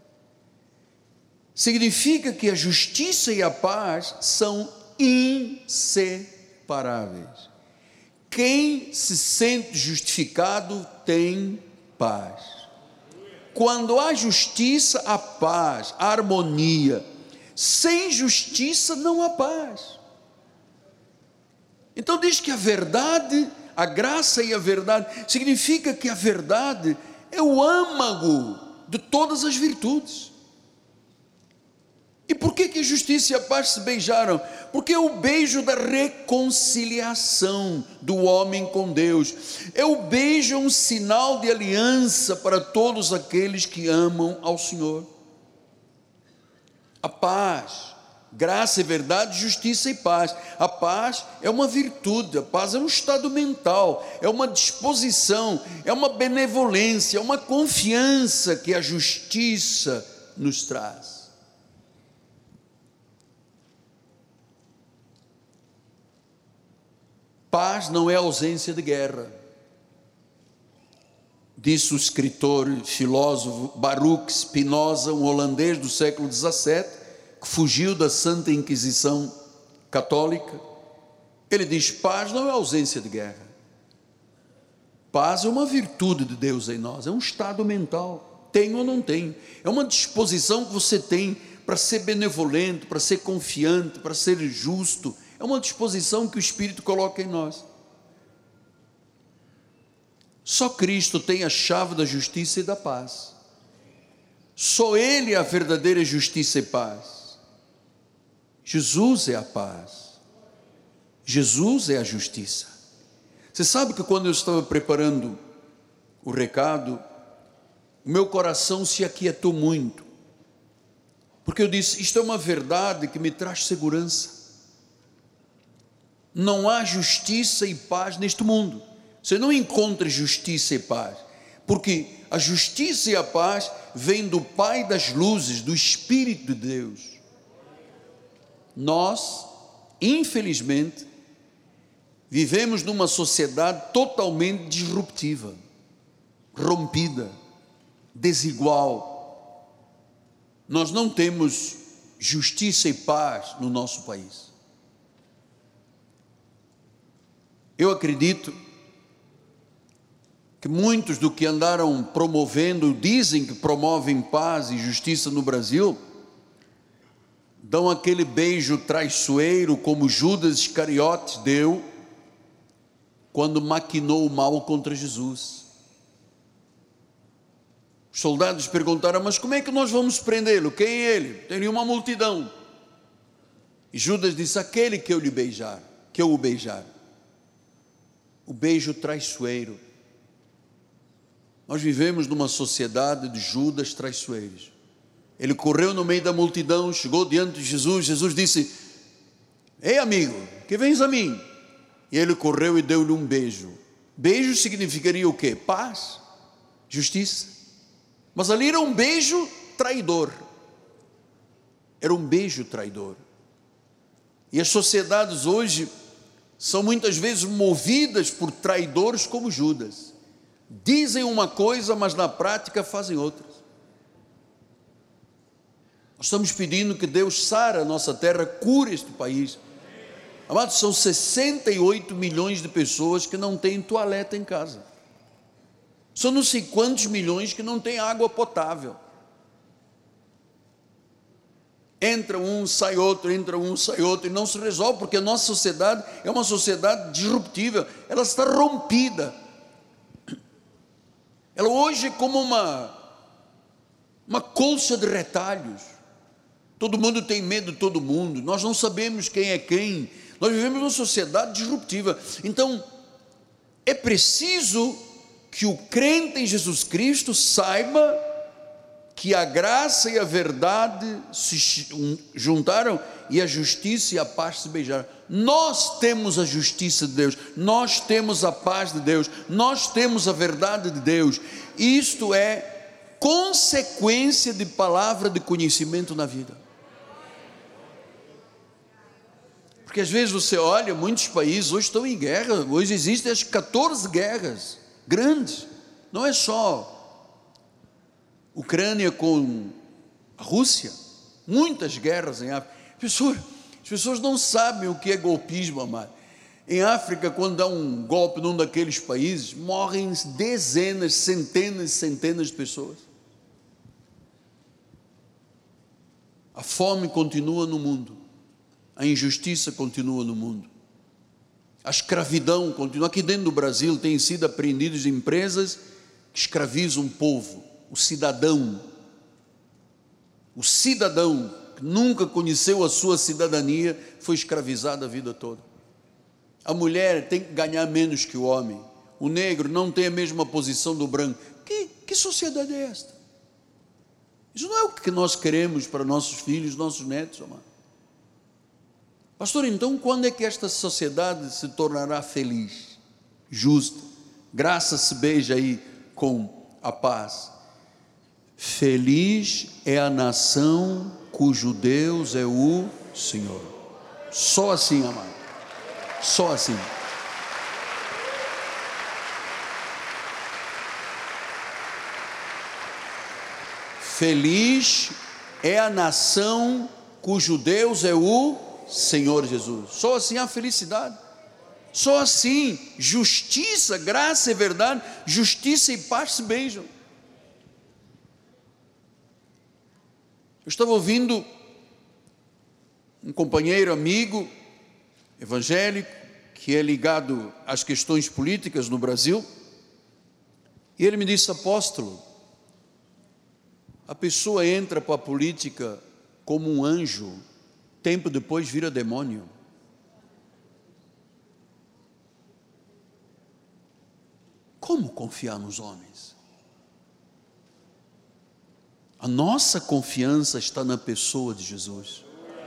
Significa que a justiça e a paz são inseparáveis. Quem se sente justificado tem paz. Quando há justiça, há paz, há harmonia. Sem justiça não há paz. Então diz que a verdade, a graça e a verdade, significa que a verdade é o âmago de todas as virtudes. E por que que a justiça e a paz se beijaram? Porque é o beijo da reconciliação do homem com Deus. É o beijo, um sinal de aliança para todos aqueles que amam ao Senhor. A paz, graça e verdade, justiça e paz. A paz é uma virtude, a paz é um estado mental, é uma disposição, é uma benevolência, é uma confiança que a justiça nos traz. Paz não é ausência de guerra. Disse o escritor, filósofo Baruch Spinoza, um holandês do século dezassete, que fugiu da Santa Inquisição Católica. Ele diz: paz não é ausência de guerra. Paz é uma virtude de Deus em nós, é um estado mental. Tem ou não tem? É uma disposição que você tem para ser benevolente, para ser confiante, para ser justo. É uma disposição que o Espírito coloca em nós. Só Cristo tem a chave da justiça e da paz. Só Ele é a verdadeira justiça e paz. Jesus é a paz. Jesus é a justiça. Você sabe que quando eu estava preparando o recado, o meu coração se aquietou muito, porque eu disse, isto é uma verdade que me traz segurança. Não há justiça e paz neste mundo. Você não encontra justiça e paz, porque a justiça e a paz vêm do Pai das luzes, do Espírito de Deus. Nós, infelizmente, vivemos numa sociedade totalmente disruptiva, rompida, desigual. Nós não temos justiça e paz no nosso país. Eu acredito que muitos do que andaram promovendo, dizem que promovem paz e justiça no Brasil, dão aquele beijo traiçoeiro como Judas Iscariotes deu quando maquinou o mal contra Jesus. Os soldados perguntaram, mas como é que nós vamos prendê-lo? Quem é ele? Tem uma multidão. E Judas disse, aquele que eu lhe beijar, que eu o beijar. O beijo traiçoeiro. Nós vivemos numa sociedade de Judas traiçoeiros. Ele correu no meio da multidão, chegou diante de Jesus, Jesus disse, ei amigo, que vens a mim? E ele correu e deu-lhe um beijo. Beijo significaria o quê? Paz, justiça. Mas ali era um beijo traidor. Era um beijo traidor. E as sociedades hoje são muitas vezes movidas por traidores como Judas. Dizem uma coisa, mas na prática fazem outra. Nós estamos pedindo que Deus sare a nossa terra, cure este país. Amados, são sessenta e oito milhões de pessoas que não têm toalete em casa. São não sei quantos milhões que não têm água potável. Entra um, sai outro, entra um, sai outro, e não se resolve, porque a nossa sociedade é uma sociedade disruptiva, ela está rompida. Ela hoje é como uma, uma colcha de retalhos. Todo mundo tem medo de todo mundo, nós não sabemos quem é quem, nós vivemos numa sociedade disruptiva. Então, é preciso que o crente em Jesus Cristo saiba que a graça e a verdade se juntaram e a justiça e a paz se beijaram. Nós temos a justiça de Deus, nós temos a paz de Deus, nós temos a verdade de Deus. Isto é consequência de palavra de conhecimento na vida. Porque às vezes você olha, muitos países hoje estão em guerra, hoje existem as catorze guerras grandes, não é só Ucrânia com a Rússia, muitas guerras em África. As pessoas, as pessoas não sabem o que é golpismo, amado. Em África, quando dá um golpe num daqueles países, morrem dezenas, centenas e centenas de pessoas. A fome continua no mundo, a injustiça continua no mundo, a escravidão continua. Aqui dentro do Brasil têm sido apreendidas empresas que escravizam o povo, o cidadão, o cidadão que nunca conheceu a sua cidadania, foi escravizado a vida toda. A mulher tem que ganhar menos que o homem, o negro não tem a mesma posição do branco. Que, que sociedade é esta? Isso não é o que nós queremos para nossos filhos, nossos netos, amado. Pastor, então quando é que esta sociedade se tornará feliz, justa? Graça se beija aí com a paz. Feliz é a nação cujo Deus é o Senhor. Só assim, amado. Só assim. Feliz é a nação cujo Deus é o Senhor Jesus. Só assim há felicidade. Só assim justiça, graça e verdade, justiça e paz se beijam. Eu estava ouvindo um companheiro, amigo, evangélico, que é ligado às questões políticas no Brasil, e ele me disse: apóstolo, a pessoa entra para a política como um anjo, tempo depois vira demônio. Como confiar nos homens? A nossa confiança está na pessoa de Jesus.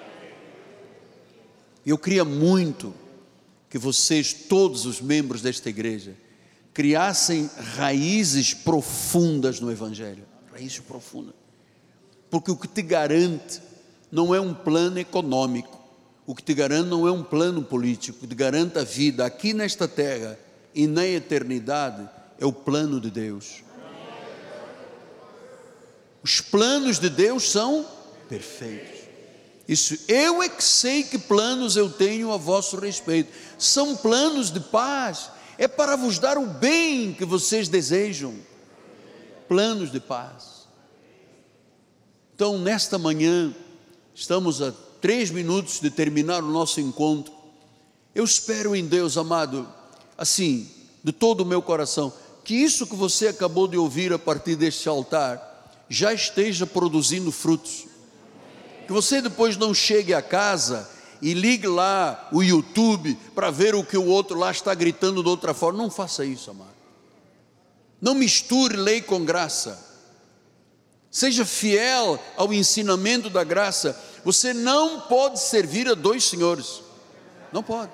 Eu queria muito que vocês, todos os membros desta igreja, criassem raízes profundas no Evangelho. Raízes profundas. Porque o que te garante não é um plano econômico, o que te garante não é um plano político, o que te garante a vida aqui nesta terra e na eternidade é o plano de Deus. Os planos de Deus são perfeitos. Isso, eu é que sei que planos eu tenho a vosso respeito. São planos de paz. É para vos dar o bem que vocês desejam. Planos de paz. Então, nesta manhã, estamos a três minutos de terminar o nosso encontro. Eu espero em Deus, amado, assim, de todo o meu coração, que isso que você acabou de ouvir a partir deste altar já esteja produzindo frutos. Que você depois não chegue a casa e ligue lá o YouTube para ver o que o outro lá está gritando de outra forma. Não faça isso, amado. Não misture lei com graça. Seja fiel ao ensinamento da graça. Você não pode servir a dois senhores. Não pode.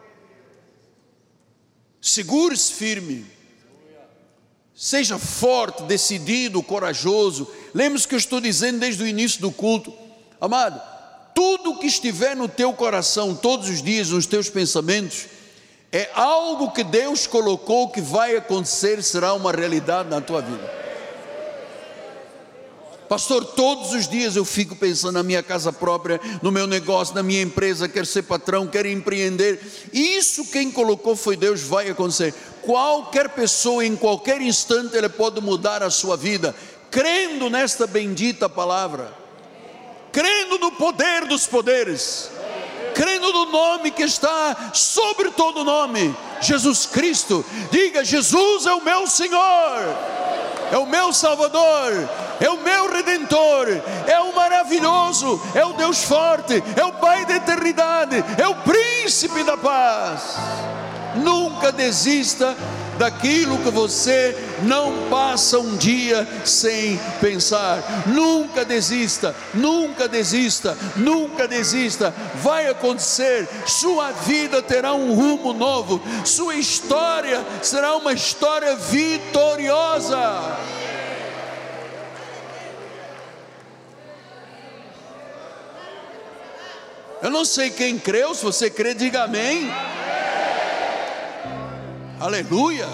Segure-se firme. Seja forte, decidido, corajoso. Lembre-se que eu estou dizendo desde o início do culto. Amado, tudo que estiver no teu coração todos os dias, nos teus pensamentos, é algo que Deus colocou que vai acontecer, será uma realidade na tua vida. Pastor, todos os dias eu fico pensando na minha casa própria, no meu negócio, na minha empresa, quero ser patrão, quero empreender. Isso quem colocou foi Deus, vai acontecer. Qualquer pessoa, em qualquer instante, ele pode mudar a sua vida, crendo nesta bendita palavra, crendo no poder dos poderes, crendo no nome que está sobre todo nome, Jesus Cristo. Diga: Jesus é o meu Senhor, é o meu Salvador, é o meu Redentor, é o maravilhoso, é o Deus forte, é o Pai da eternidade, é o Príncipe da paz. Nunca desista daquilo que você não passa um dia sem pensar. Nunca desista, nunca desista, nunca desista. Vai acontecer, sua vida terá um rumo novo, sua história será uma história vitoriosa. Eu não sei quem creu, se você crê, diga amém. Aleluia.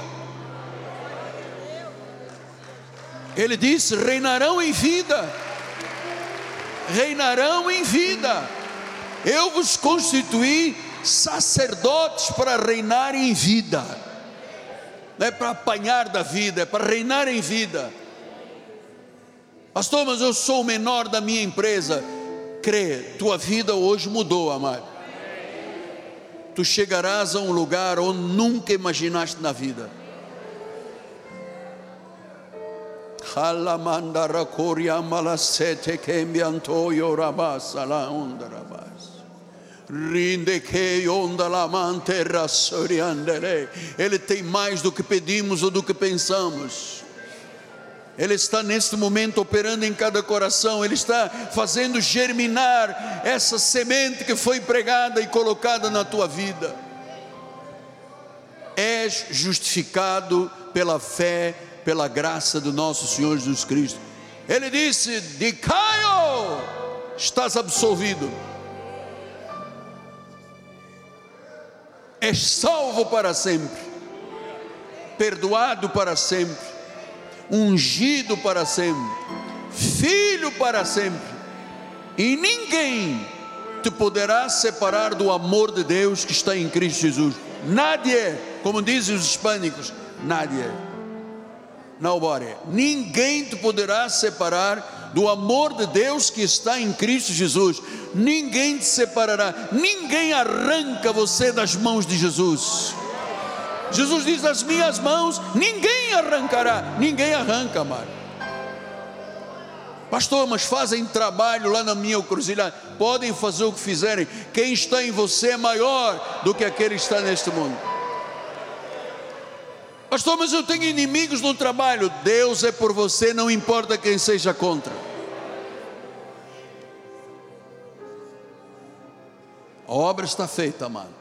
Ele disse: reinarão em vida, reinarão em vida. Eu vos constituí sacerdotes para reinar em vida. Não é para apanhar da vida, é para reinar em vida. Pastor, mas eu sou o menor da minha empresa. Crê, tua vida hoje mudou, amado. Tu chegarás a um lugar onde nunca imaginaste na vida. Ele tem mais do que pedimos ou do que pensamos. Ele está neste momento operando em cada coração. Ele está fazendo germinar essa semente que foi pregada e colocada na tua vida. És justificado pela fé, pela graça do nosso Senhor Jesus Cristo. Ele disse: de Caio estás absolvido. És salvo para sempre, perdoado para sempre, ungido para sempre, filho para sempre, e ninguém te poderá separar do amor de Deus que está em Cristo Jesus. Nadie, como dizem os hispânicos, nadie, nobody, ninguém te poderá separar do amor de Deus que está em Cristo Jesus. Ninguém te separará, ninguém arranca você das mãos de Jesus. Jesus diz: das minhas mãos ninguém arrancará. Ninguém arranca, amado. Pastor, mas fazem trabalho lá na minha encruzilhada. Podem fazer o que fizerem, quem está em você é maior do que aquele que está neste mundo. Pastor, mas eu tenho inimigos no trabalho. Deus é por você, não importa quem seja contra. A obra está feita, amado.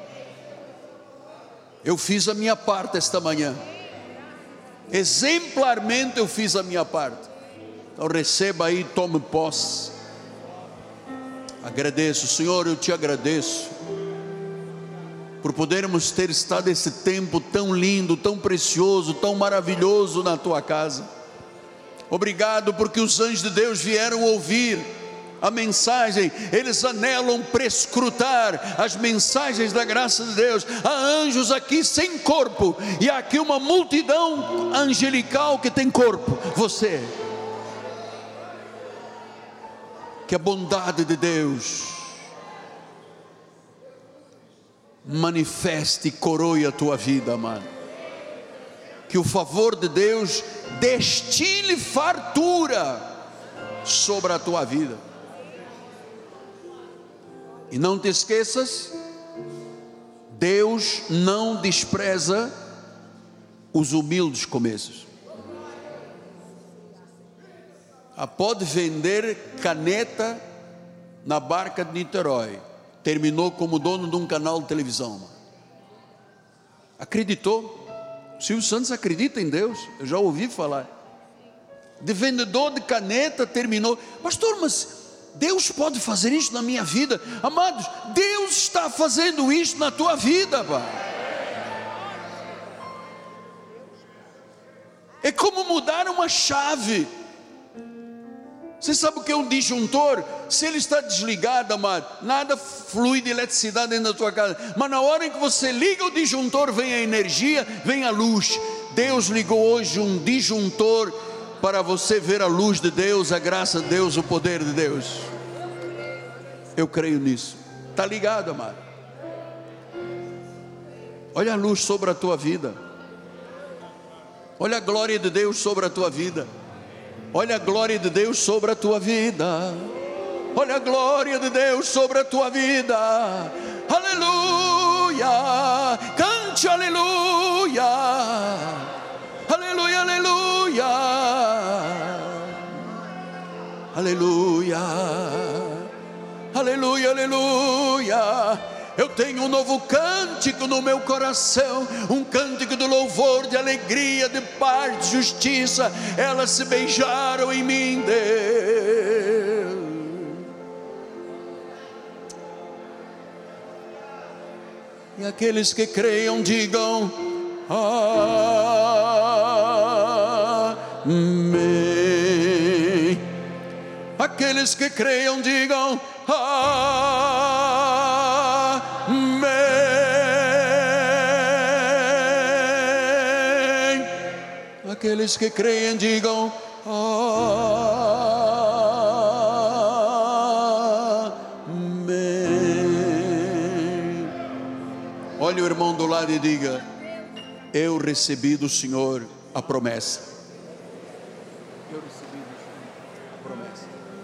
Eu fiz a minha parte esta manhã. Exemplarmente eu fiz a minha parte. Então receba aí, tome posse. Agradeço, Senhor, eu te agradeço por podermos ter estado esse tempo tão lindo, tão precioso, tão maravilhoso na tua casa. Obrigado porque os anjos de Deus vieram ouvir a mensagem, eles anelam prescrutar as mensagens da graça de Deus. Há anjos aqui sem corpo, e há aqui uma multidão angelical que tem corpo, você. Que a bondade de Deus manifeste e coroe a tua vida, amado. Que o favor de Deus destile fartura sobre a tua vida. E não te esqueças, Deus não despreza os humildes começos. Ah, pode vender caneta na barca de Niterói, terminou como dono de um canal de televisão. Acreditou? Silvio Santos acredita em Deus, eu já ouvi falar. De vendedor de caneta terminou. Pastor, mas Deus pode fazer isso na minha vida? Amados, Deus está fazendo isso na tua vida, pai. É como mudar uma chave. Você sabe o que é um disjuntor? Se ele está desligado, amado, nada flui de eletricidade dentro da tua casa. Mas na hora em que você liga o disjuntor, vem a energia, vem a luz. Deus ligou hoje um disjuntor para você ver a luz de Deus, a graça de Deus, o poder de Deus. Eu creio nisso. Está ligado, amado? Olha a luz sobre a tua vida. Olha a glória de Deus sobre a tua vida. Olha a glória de Deus sobre a tua vida. Olha a glória de Deus sobre a tua vida. Aleluia. Cante aleluia. Aleluia, aleluia. Aleluia. Aleluia, aleluia. Eu tenho um novo cântico no meu coração, um cântico de louvor, de alegria, de paz, de justiça. Elas se beijaram em mim, Deus. E aqueles que creiam digam amém. Aqueles que creiam digam amém. Aqueles que creem digam amém. Olhe o irmão do lado e diga: eu recebi do Senhor a promessa. Eu recebi do Senhor a promessa.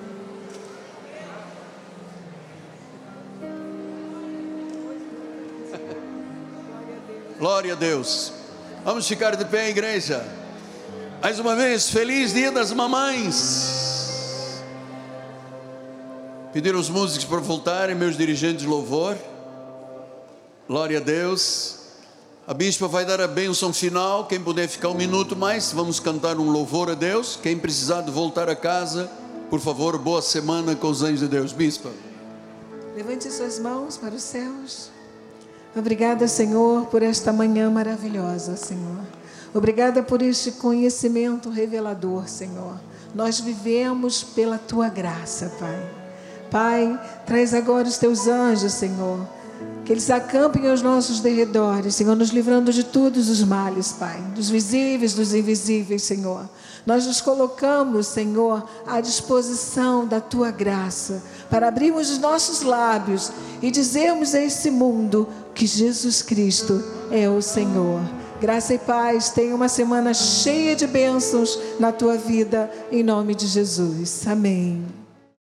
Glória a Deus. Vamos ficar de pé, igreja. Mais uma vez, feliz dia das mamães. Pediram os músicos para voltarem, meus dirigentes de louvor. Glória a Deus. A bispa vai dar a bênção final. Quem puder ficar um minuto mais, vamos cantar um louvor a Deus. Quem precisar de voltar a casa, por favor, boa semana com os anjos de Deus. Bispa, levante suas mãos para os céus. Obrigada, Senhor, por esta manhã maravilhosa, Senhor. Obrigada por este conhecimento revelador, Senhor. Nós vivemos pela Tua graça, Pai. Pai, traz agora os Teus anjos, Senhor, Que eles acampem aos nossos derredores, Senhor, nos livrando de todos os males, Pai, dos visíveis, dos invisíveis, Senhor. Nós nos colocamos, Senhor, à disposição da Tua graça, para abrirmos os nossos lábios e dizermos a esse mundo que Jesus Cristo é o Senhor. Graça e paz, tenha uma semana cheia de bênçãos na tua vida, em nome de Jesus. Amém.